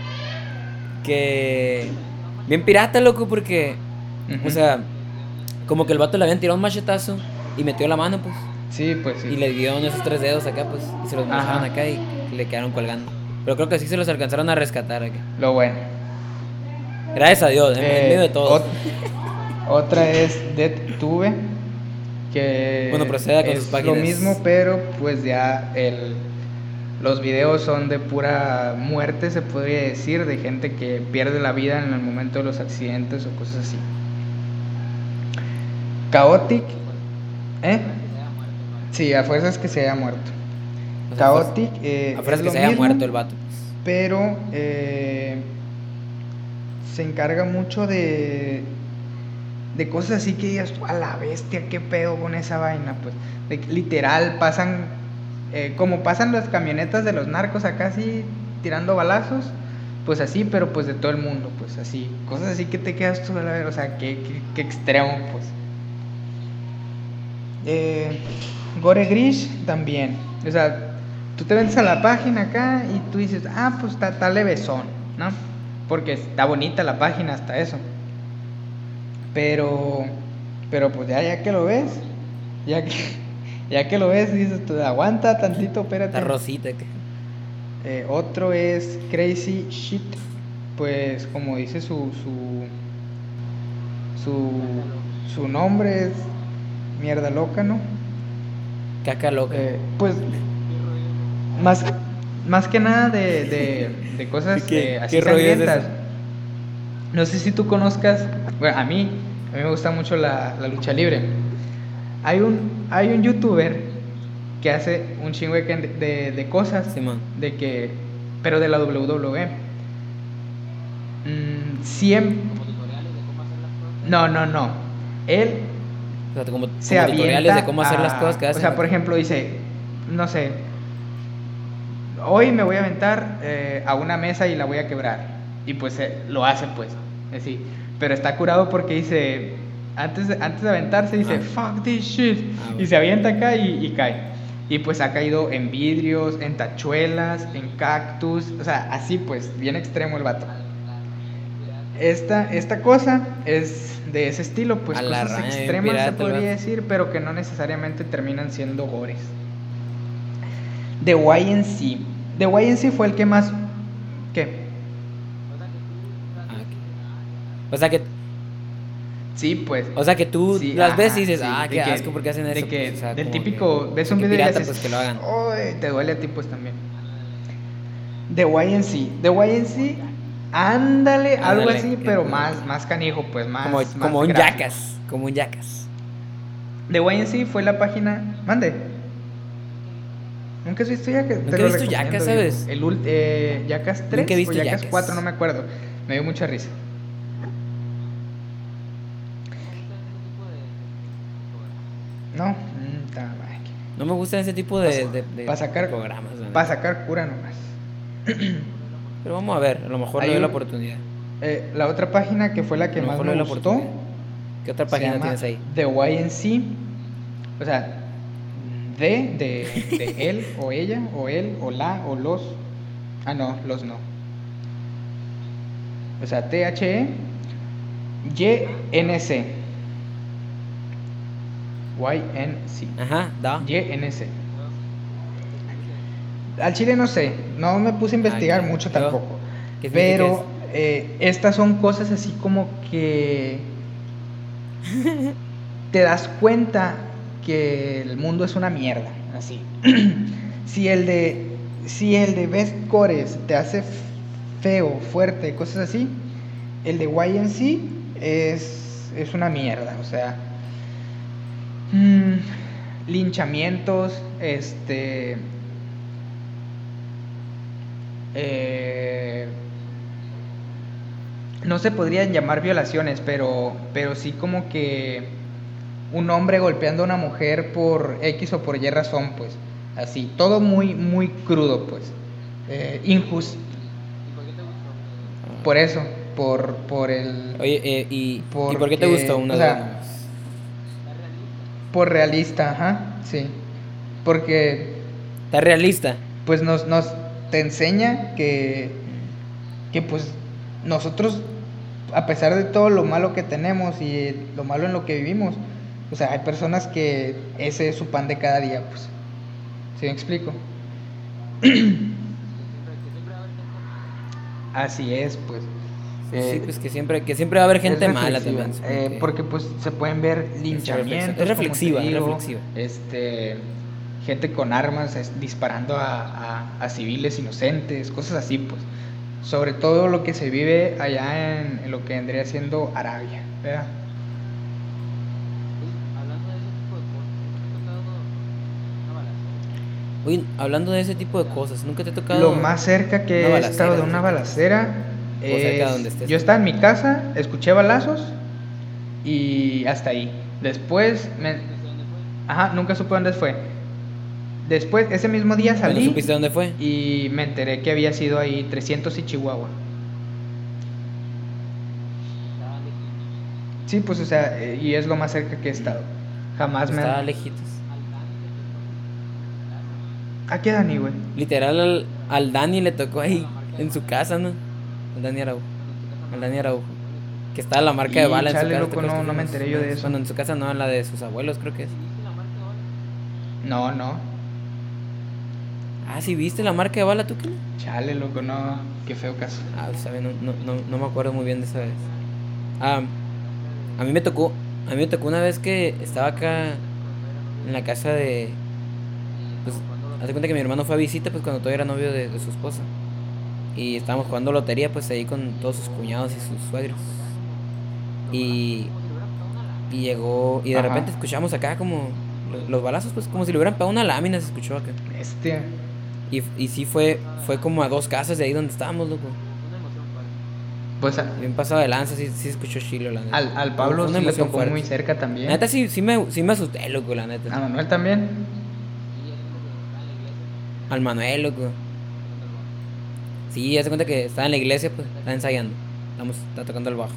bien pirata, loco, porque Ujú. o sea, como que el vato le habían tirado un machetazo y metió la mano, pues, Sí, pues sí. y le dieron esos 3 dedos acá, pues, y se los mocharon Ajá. acá y le quedaron colgando. Pero creo que sí se los alcanzaron a rescatar acá. Lo bueno. Gracias a Dios, en medio de todo. Otra es DeadTube, que Bueno, proceda con es sus lo páginas. mismo, pero pues ya los videos son de pura muerte, se podría decir, de gente que pierde la vida en el momento de los accidentes o cosas así. Chaotic, ¿eh? Sí, a fuerzas que se haya muerto. O sea, Chaotic, a fuerza es que lo se haya mismo, muerto el vato, pues. pero se encarga mucho de cosas así que digas, a la bestia, qué pedo con esa vaina, pues. Literal, pasan, como pasan las camionetas de los narcos acá así, tirando balazos, pues así, pero pues de todo el mundo, pues así. Cosas así que te quedas tú a la ver, o sea, qué extremo, pues. Gore Grish también, o sea, tú te metes a la página acá y tú dices, pues está levesón, ¿no? Porque está bonita la página hasta eso. Pero pues ya que lo ves, ya que lo ves, dices tú, aguanta tantito, espérate. Está rosita acá. Otro es Crazy Shit, pues como dice su nombre es mierda loca, ¿no? Caca loca. Pues más que nada de cosas ¿Qué así rollo es sangrientas. eso? No sé si tú conozcas, bueno, a mí me gusta mucho la lucha libre. Hay un youtuber que hace un chingo de cosas, Simón. pero de la WWE. Siempre. No. Él O sea, como se tutoriales avienta de cómo hacer las cosas que hacen. O sea, por ejemplo, dice, no sé, hoy me voy a aventar a una mesa y la voy a quebrar. Y pues lo hace, pues, así. Pero está curado porque dice, antes de aventarse, dice, fuck this shit. Bueno. Y se avienta acá y cae. Y pues ha caído en vidrios, en tachuelas, en cactus. O sea, así pues, bien extremo el vato. Esta cosa es de ese estilo, pues A la cosas raya, bien extremas pirata se el podría vato. decir, pero que no necesariamente terminan siendo gores. The YNC. The YNC fue el que más... ¿Qué? O sea que Sí, pues. O sea que tú Sí, las ves y ajá, dices, sí, qué asco, ¿por qué hacen eso? De que, Pues, o sea, del como típico, que, ves o sea, un que video y pirata, dices, pues que lo hagan. "Ay", te duele a ti pues también. The YNC Ándale, algo Ándale, así, que- pero más canijo, pues más. como, más como un gráfico. Jackass. Como un Jackass. The YNC fue la página. Mande. Nunca has visto Jackass. Nunca Te he lo visto recomiendo, Jackass, viejo. ¿sabes? Jackass 3 Nunca he o visto Jackass Jackass. 4, no me acuerdo. Me dio mucha risa. No, ta madre. No me gustan ese tipo de Para sacar, programas. la para neta. sacar cura nomás. Pero vamos a ver, a lo mejor Hay le doy la un- oportunidad. La otra página que fue la que A lo más mejor le me doy la gustó oportunidad. ¿Qué otra se página llama tienes ahí? The YNC. O sea, de él o ella o él o la o los. Ah, no, los no. O sea, THE YNC. YNC. Ajá, da. YNC. Al chile no sé, no me puse a investigar ok. mucho Luego, tampoco. ¿qué significa Pero estas son cosas así como que te das cuenta que el mundo es una mierda, así. si el de Best Cores te hace feo, fuerte, cosas así, el de YNC es una mierda, o sea, linchamientos, no se podrían llamar violaciones, pero sí como que un hombre golpeando a una mujer por X o por Y razón, pues, así, todo muy crudo, pues, injusto. Por eso, por el... Oye, ¿y por qué porque, te gustó una o de sea, nomás? por realista, ajá, sí, porque ¿Está realista? pues nos te enseña que pues nosotros, a pesar de todo lo malo que tenemos y lo malo en lo que vivimos, o sea, hay personas que ese es su pan de cada día, pues. ¿Sí me explico? Así es, pues. Sí, pues que siempre va a haber gente Es mala reflexiva, también. supongo que- porque pues se pueden ver linchamientos, es reflexiva, como te es digo, reflexiva. gente con armas disparando a civiles inocentes, cosas así, pues. Sobre todo lo que se vive allá en lo que vendría siendo Arabia, ¿verdad? Oye, hablando de ese tipo de cosas, ¿nunca te ha tocado Lo más cerca que una he estado de balacera una cerca? balacera O cerca de es... donde estés Yo tú. estaba en mi casa, escuché balazos y hasta ahí. Después Ajá, nunca supe dónde fue. Después, ese mismo día ¿Cuándo salí supiste dónde fue? y me enteré que había sido ahí 300 y Chihuahua. Sí, pues, o sea, y es lo más cerca que he estado. Jamás me... Estaba lejitos. ¿A qué Dani, güey? Literal al Dani le tocó ahí en su casa, ¿no? Al Dani Araujo. Al Dani Araujo. Que estaba la marca de Y bala en su chale, casa. loco, ¿te acuerdas no que me fuimos enteré yo una de vez? eso. Bueno, en su casa no, en la de sus abuelos creo que es. No. Ah, ¿sí viste la marca de bala tú, qué? Chale, loco, no. Qué feo caso. Ah, sabe, no me acuerdo muy bien de esa vez. Ah, a mí me tocó una vez que estaba acá en la casa de... Pues, haz de cuenta que mi hermano fue a visita, pues, cuando todavía era novio de su esposa. Y estábamos jugando lotería, pues, ahí con todos sus cuñados y sus suegros. Y llegó... Y de Ajá. repente escuchamos acá como... Los balazos, pues, como si le hubieran pegado una lámina, se escuchó acá. Y sí fue como a 2 casas de ahí donde estábamos, loco. Pues Bien pasado de lanza, sí se escuchó chilo, la neta. al Pablo Fue una sí le emoción tocó fuerte. muy cerca también. La neta sí me asusté, loco, la neta. A Manuel también. Al Manuel, loco. Sí, haz de cuenta que estaba en la iglesia, pues, estaba ensayando. Está tocando el bajo.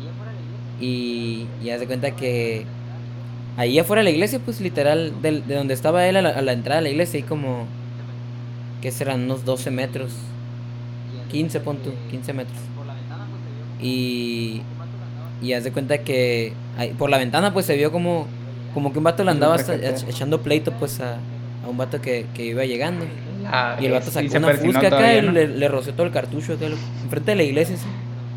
Y haz de cuenta que ahí afuera de la iglesia, pues, literal, de donde estaba él a la entrada de la iglesia, ahí como, ¿qué serán? Unos 12 metros. 15, pon tú, 15 metros. Y haz de cuenta que ahí, por la ventana, pues, se vio como que un vato le andaba echando pleito, pues, a un vato que iba llegando. Y el vato sacó una fusca acá y le roció todo el cartucho acá, enfrente de la iglesia, sí.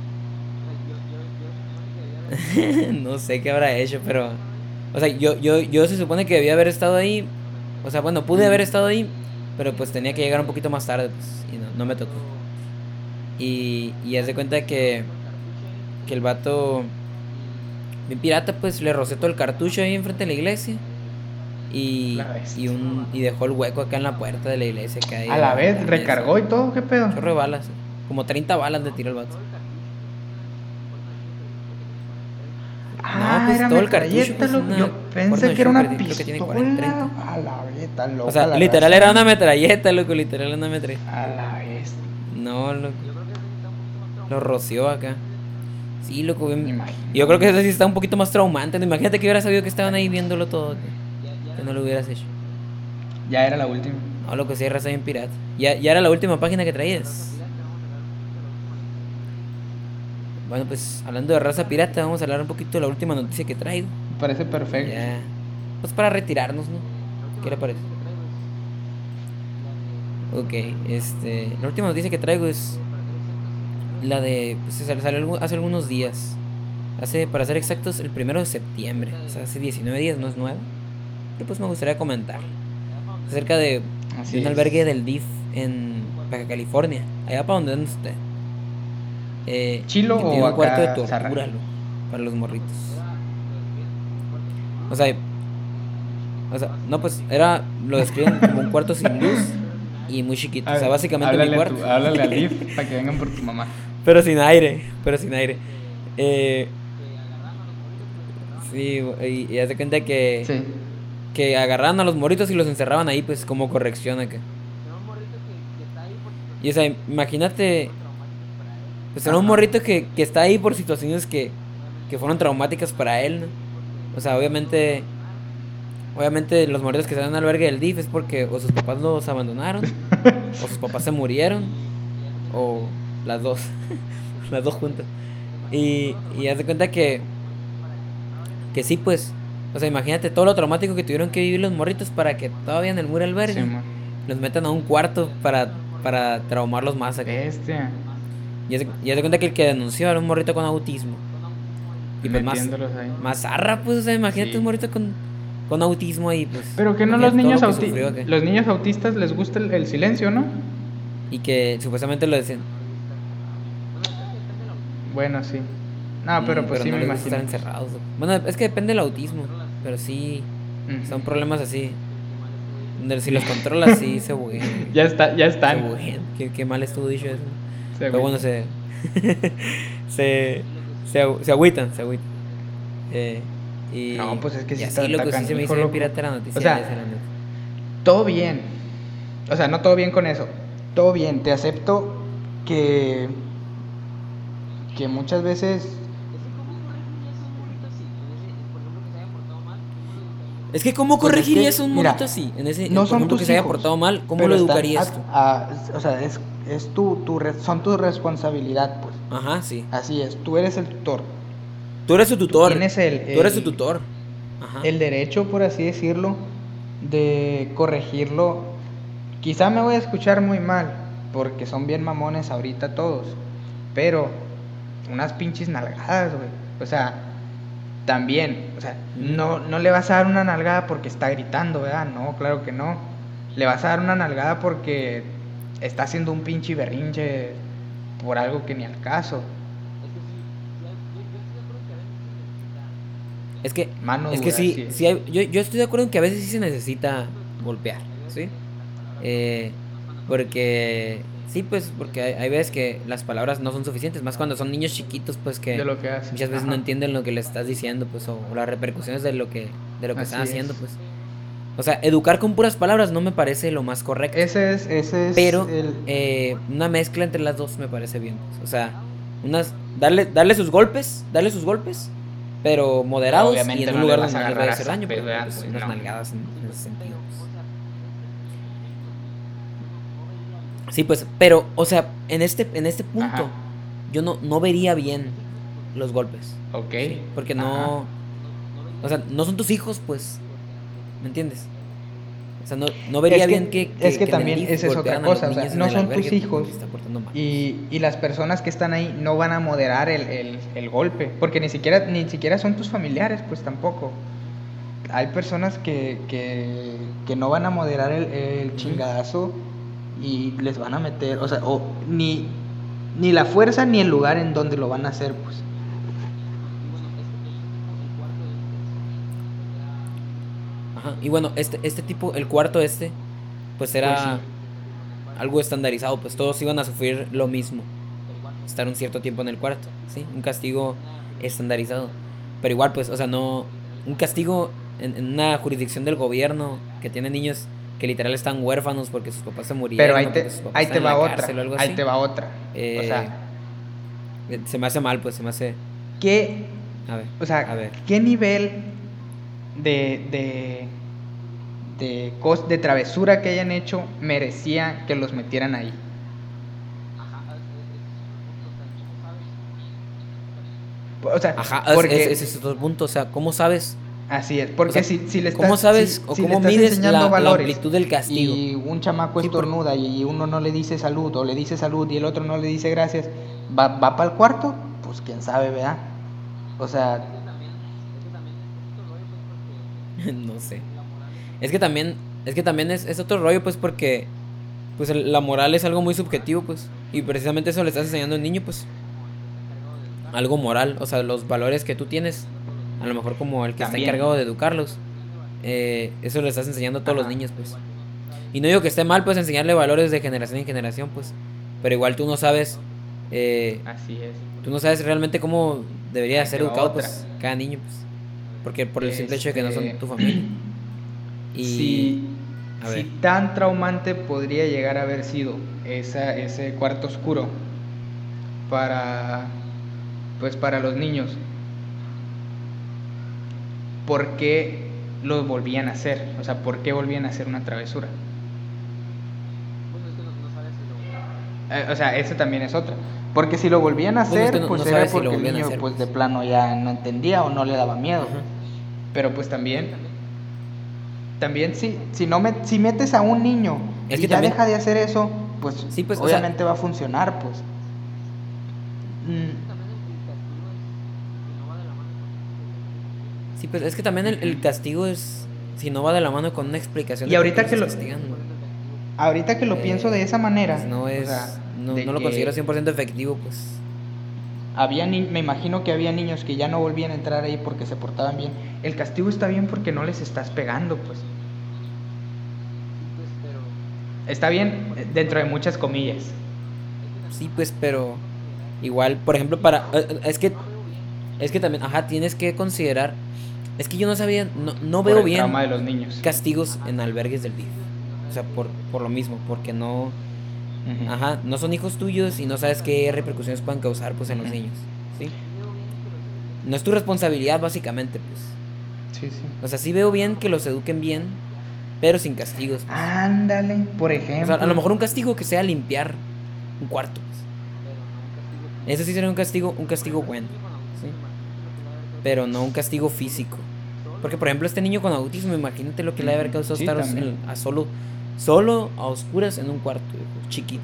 No sé qué habrá hecho, pero... O sea, yo se supone que debía haber estado ahí. O sea, bueno, pude haber estado ahí, pero pues tenía que llegar un poquito más tarde, pues, y no me tocó. Y haz de cuenta que el vato, bien pirata, pues le rocé todo el cartucho ahí enfrente de la iglesia. Y, La bestia. y dejó el hueco acá en la puerta de la iglesia. Que hay A en la vez, ventana, recargó y todo, ¿qué pedo? chorro de balas. Como 30 balas le tiró el vato. No, pues Era todo el cartucho, metralleta, pues loco. una Yo pensé Corner que era una Shooter, creo que tiene 40, 30. pistola. A la vez, tan loca O sea, la literal raza. era una metralleta, loco, literal una metralleta. A la vez. No, loco. Lo roció acá. Sí, loco, bien. Imagino. Yo creo que eso sí está un poquito más traumante. ¿No? Imagínate que hubiera sabido que estaban ahí viéndolo todo. Que no lo hubieras hecho. Ya era la última. No, loco, sí, raza bien pirata. Ya era la última página que traías. Bueno, pues hablando de raza pirata, vamos a hablar un poquito de la última noticia que traigo. Me parece perfecto. Ya. Pues para retirarnos, ¿no? ¿Qué le parece? Ok, la última noticia que traigo es la de. Pues salió hace algunos días. Para ser exactos, el 1 de septiembre. O sea, hace 19 días, no es nueva. Pero pues me gustaría comentar. Acerca de Así un es. albergue del DIF en Baja California. Allá para donde anda usted. ¿Chilo que o tiene un cuarto de acá tortura, zarra? loco, para los morritos. O sea, no, pues lo describen como un cuarto sin luz y muy chiquito. O sea, básicamente mi cuarto. Háblale al DIF para que vengan por tu mamá. Pero sin aire, pero sin aire. Eh, sí, y haz de cuenta Sí. que agarraban a los morritos y los encerraban ahí, pues como corrección acá. Y o sea, imagínate, pues era un Ajá. morrito que está ahí por situaciones que fueron traumáticas para él, ¿no? O sea, obviamente los morritos que están en el albergue del DIF es porque o sus papás los abandonaron, o sus papás se murieron, o las dos, las dos juntas. Y haz de cuenta que sí, pues, o sea, imagínate todo lo traumático que tuvieron que vivir los morritos para que todavía en el muro albergue Sí, man. los metan a un cuarto para traumarlos más acá. Bestia. Y haz de cuenta que el que denunció era un morrito con autismo. Y pues Metiéndolos ahí. más zarra, pues, o sea, imagínate Sí. un morrito con autismo ahí, pues. Pero que no Imagínate los todo niños lo que sufrió acá. los niños autistas les gusta el silencio, ¿no? Y que supuestamente lo decían. Bueno, sí. No, pero pues sí no me les gusta imagino. estar encerrados. Bueno, es que depende del autismo. Pero sí, Ujú. son problemas así. Donde si los controlas, sí se buguean. Ya Se están. buguean. Qué mal estuvo dicho eso. Se Pero bueno, agüitan. se agüitan, se agüitan. Y, No, pues es que y sí así, está loco, sí se me canijo, hizo bien loco. pirata la noticia O sea, esa, la neta. todo bien. O sea, no todo bien con eso. Todo bien. Te acepto que muchas veces. Es que ¿cómo Pues es corregirías que, a un mira, morrito así? no Por son ejemplo, tus que se haya hijos, portado mal, ¿cómo pero lo están educarías tú? o sea, es son tu responsabilidad, pues. Ajá, sí. Así es, tú eres el tutor. Tú eres su Tú tutor. tienes Tú eres su tutor. Ajá. el derecho, por así decirlo, de corregirlo. Quizá me voy a escuchar muy mal, porque son bien mamones ahorita todos, pero unas pinches nalgadas, güey. O sea, también, o sea, no le vas a dar una nalgada porque está gritando, ¿verdad? No, claro que no. Le vas a dar una nalgada porque está haciendo un pinche berrinche por algo que ni al caso. Es que, Mano es que dura, sí, yo estoy de acuerdo en que a veces sí se necesita golpear, ¿sí? Porque, sí, pues, porque hay veces que las palabras no son suficientes, más cuando son niños chiquitos, pues, que de lo que hace. muchas veces no entienden lo que le estás diciendo, pues, o las repercusiones de lo que están Así haciendo, es. pues. O sea, educar con puras palabras no me parece lo más correcto. Ese es Pero el... una mezcla entre las dos me parece bien, pues. O sea, darle sus golpes, pero moderados Obviamente y en no un le lugar vas donde a no les vaya a agarrar hacer a daño, pero zapes, pues, ¿verdad? unas No. nalgadas en ese sentido, pues. Sí, pues, pero, o sea, en este punto, Ajá. yo no vería bien los golpes. Ok. ¿Sí? Porque Ajá. no, o sea, no son tus hijos, pues, ¿me entiendes? O sea, no vería bien que es que en el también DIF esa es otra golpearan a los cosa, o sea, niños en no el son albergue tus porque hijos se está portando mal. y las personas que están ahí no van a moderar el golpe, porque ni siquiera son tus familiares, pues tampoco. Hay personas que no van a moderar el chingadazo y les van a meter, o sea, ni la fuerza ni el lugar en donde lo van a hacer, pues. Ajá. Y bueno, este tipo, el cuarto pues Pues era sí. algo estandarizado, pues todos iban a sufrir lo mismo. Estar un cierto tiempo en el cuarto, ¿sí? Un castigo estandarizado. Pero igual, pues, o sea, no... Un castigo en una jurisdicción del gobierno que tiene niños que literal están huérfanos porque sus papás se Pero murieron o porque sus papás ahí están te en va la otra, cárcel o algo ahí así. te va otra. O Eh, sea, Se me hace mal, pues, se me hace... ¿qué, A ver, o sea, a ver. qué nivel de travesura que hayan hecho merecía que los metieran ahí? O sea, Ajá, porque ese es otro punto. O sea, ¿cómo sabes? así es, O porque sea, si le ¿cómo estás, sabes o si le cómo estás mides enseñando la valores amplitud del castigo? y un chamaco Sí, estornuda y uno no le dice salud o le dice salud y el otro no le dice gracias, ¿va para el cuarto? Pues quién sabe, ¿verdad? O sea, No sé. Es que también es otro rollo, pues, porque pues la moral es algo muy subjetivo, pues. Y precisamente eso le estás enseñando a un niño, pues. Algo moral, o sea, los valores que tú tienes, a lo mejor como el que está también. encargado de educarlos, eso le estás enseñando a todos los Ajá. niños, pues. Y no digo que esté mal, pues, enseñarle valores de generación en generación, pues. Pero igual tú no sabes, Así es. tú no sabes realmente cómo debería Ahí ser te va educado, otra. pues, cada niño, pues. Porque por el simple hecho de que no son Este, tu familia. Y, si, a si ver, tan traumante podría llegar a haber sido ese cuarto oscuro para, pues para los niños, ¿por qué lo volvían a hacer? O sea, ¿por qué volvían a hacer una travesura? O sea, esa también es otra. Porque si lo volvían a pues es que hacer, pues no era sabes si lo porque el volvían a niño hacer, pues pues. de plano ya no entendía o no le daba miedo. Ajá. Pero pues también si metes a un niño Es y que ya también, deja de hacer eso, pues sí, pues, o sea, obviamente va a funcionar, pues. Mm, sí, pues, es que también el castigo es, si no va de la mano con una explicación Y de por qué ahorita lo que estás lo, castigando, ahorita que lo pienso de esa manera, pues no o sea, no de lo considero que 100% efectivo, pues. me imagino que había niños que ya no volvían a entrar ahí porque se portaban bien. El castigo está bien porque no les estás pegando, pues. Está bien dentro de muchas comillas. Sí, pues, pero igual, por ejemplo, es que también, ajá, tienes que considerar, es que yo no sabía, no Por veo el bien trauma de los niños. castigos en albergues del DIF. O sea, por lo mismo, porque no, Ujú, ajá, no son hijos tuyos y no sabes qué repercusiones pueden causar, pues, en los ujú. niños, ¿sí? No es tu responsabilidad, básicamente, pues. Sí, sí. O sea, sí veo bien que los eduquen bien, pero sin castigos, pues. Ándale, por O sea, a ejemplo. lo mejor un castigo que sea limpiar un cuarto, pues. Eso sí sería un castigo bueno, ¿sí? Pero no un castigo físico. Porque, por ejemplo, este niño con autismo, imagínate lo que le debe haber causado Sí, estar también. solo a oscuras en un cuarto, chiquito.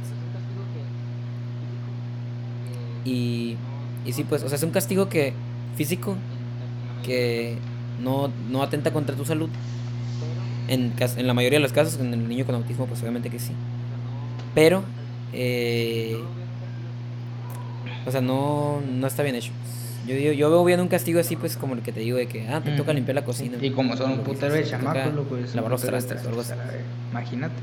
Y, y sí, pues, o sea, es un castigo físico que no atenta contra tu salud. En la mayoría de los casos, en el niño con autismo, pues obviamente que sí. Pero, o sea, no está bien hecho. Yo veo bien un castigo así, pues como el que te digo de que, te toca limpiar la cocina. Y como son un Lo que putero dices, de te toca chamacos, loco, es un lavar los putero de trastes o algo así. a la verga. Imagínate.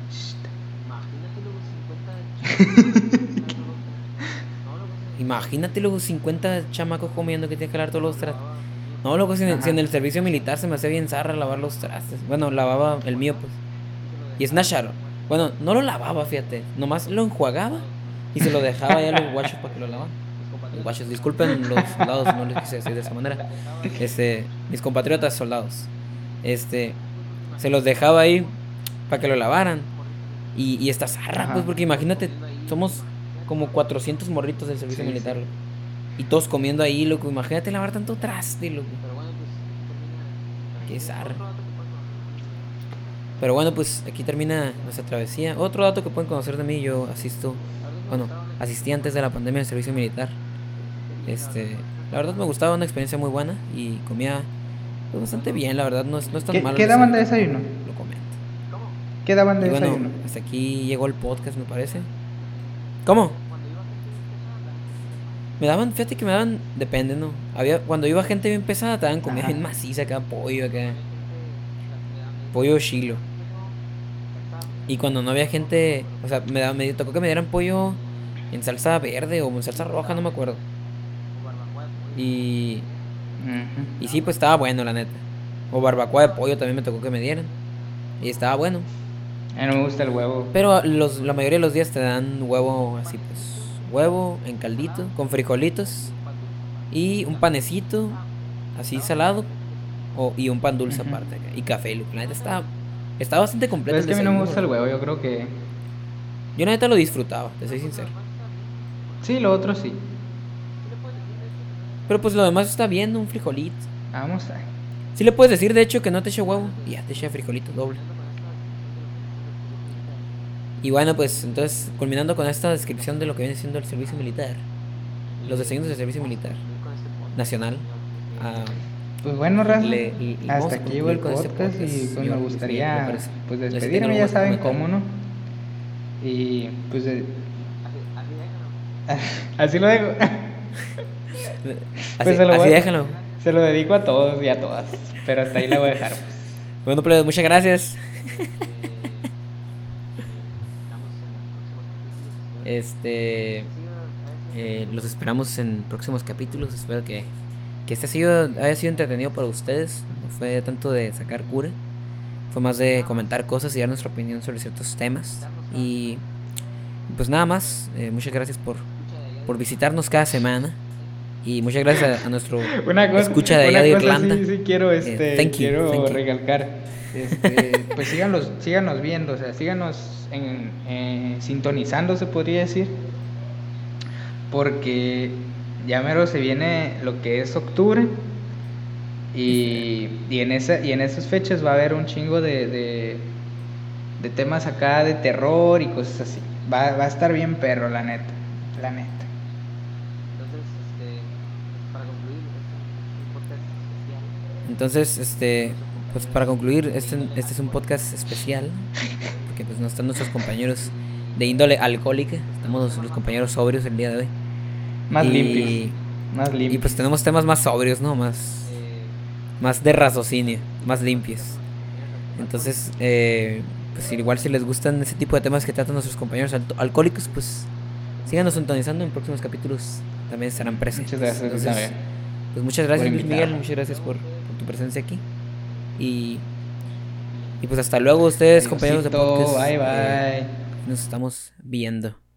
Imagínate los 50 chamacos comiendo que tienes que lavar todos los trastes. No, loco, si Ajá. en el servicio militar se me hace bien zarra lavar los trastes. Bueno, lavaba el mío, pues. Y es Nasharo. Bueno, no lo lavaba, fíjate. Nomás lo enjuagaba y se lo dejaba ahí a los guachos para que lo lavaran. Los guachos, disculpen los soldados, no les quise decir de esa manera. Mis compatriotas soldados. Se los dejaba ahí para que lo lavaran. Y esta zarra, Ajá. pues, porque imagínate, somos como 400 morritos del servicio Sí, militar, sí. loco. Y todos comiendo ahí, loco. Imagínate lavar tanto traste, loco. Qué zarra. Pero bueno, pues aquí termina nuestra travesía. Otro dato que pueden conocer de mí, yo asistí antes de la pandemia al servicio militar. La verdad me gustaba, una experiencia muy buena y comía pues, bastante bien, la verdad no es tan malo. ¿Qué daban de desayuno? Lo comento. ¿Qué daban de Y bueno, desayuno? hasta aquí llegó el podcast, me parece. ¿Cómo? Fíjate que me daban, depende, ¿no? Cuando iba gente bien pesada, te daban comida Ajá. bien maciza, acá pollo, acá, pollo chilo. Y cuando no había gente, o sea, me tocó que me dieran pollo en salsa verde o en salsa roja, no me acuerdo. Y, Ujú. y sí, pues estaba bueno, la neta. O barbacoa de pollo también me tocó que me dieran. Y estaba bueno. A mí no me gusta el huevo. Pero la mayoría de los días te dan huevo así, pues. Huevo en caldito, con frijolitos. Y un panecito, así salado. Y un pan dulce Ujú. aparte acá. Y café, loco. La neta está bastante Pero completo es el que a mí no me desayuno, gusta el loco. huevo, yo creo que... Yo la neta lo disfrutaba, te soy sincero. Sí, lo otro sí. Pero pues lo demás está bien, ¿no? Un frijolito. Vamos a... Sí le puedes decir, de hecho, que no te eche huevo. Y ya te eche frijolito doble. Y bueno, pues entonces, culminando con esta descripción de lo que viene siendo el servicio militar. Los desayunos del servicio militar nacional. ah, Pues bueno, Raza, Vamos hasta a aquí llegó el concluir con este podcast podcast, y pues me señor Luis Miguel, ¿le gustaría parece? pues No sé si tenga despedirme, algo ya más que saben comentar. cómo, ¿no? Y pues así lo dejo. Pues Así déjalo. se lo dedico a todos y a todas, pero hasta ahí la voy a dejar, pues. Bueno, pues muchas gracias. Este. Los esperamos en próximos capítulos. Espero que haya sido entretenido para ustedes. No fue tanto de sacar cura. Fue más de comentar cosas y dar nuestra opinión sobre ciertos temas. Y pues nada más. Muchas gracias por visitarnos cada semana. Y muchas gracias a nuestro Una cosa, escucha de allá una de cosa Irlanda. sí, sí quiero, Thank you, quiero thank you. recalcar. Pues síganos viendo, o sea, síganos sintonizando, se podría decir. Porque ya mero se viene lo que es octubre. Y en esas fechas va a haber un chingo de temas acá de terror y cosas así. Va a estar bien perro, la neta. La neta. Entonces, pues para concluir, este es un podcast especial, porque pues no están nuestros compañeros de índole alcohólica, estamos los compañeros sobrios el día de hoy. Más limpios. Y, Más y pues limpios. tenemos temas más sobrios, ¿no? Más de raciocinio, más limpios. Entonces, pues igual si les gustan ese tipo de temas que tratan nuestros compañeros alcohólicos, pues síganos sintonizando en próximos capítulos, también estarán presentes. Muchas gracias Entonces, también pues muchas por gracias Luis Miguel, invitarme. muchas gracias por tu presencia aquí. Y, y pues hasta luego ustedes, compañeros de Adiósito, podcast. bye bye. Nos estamos viendo.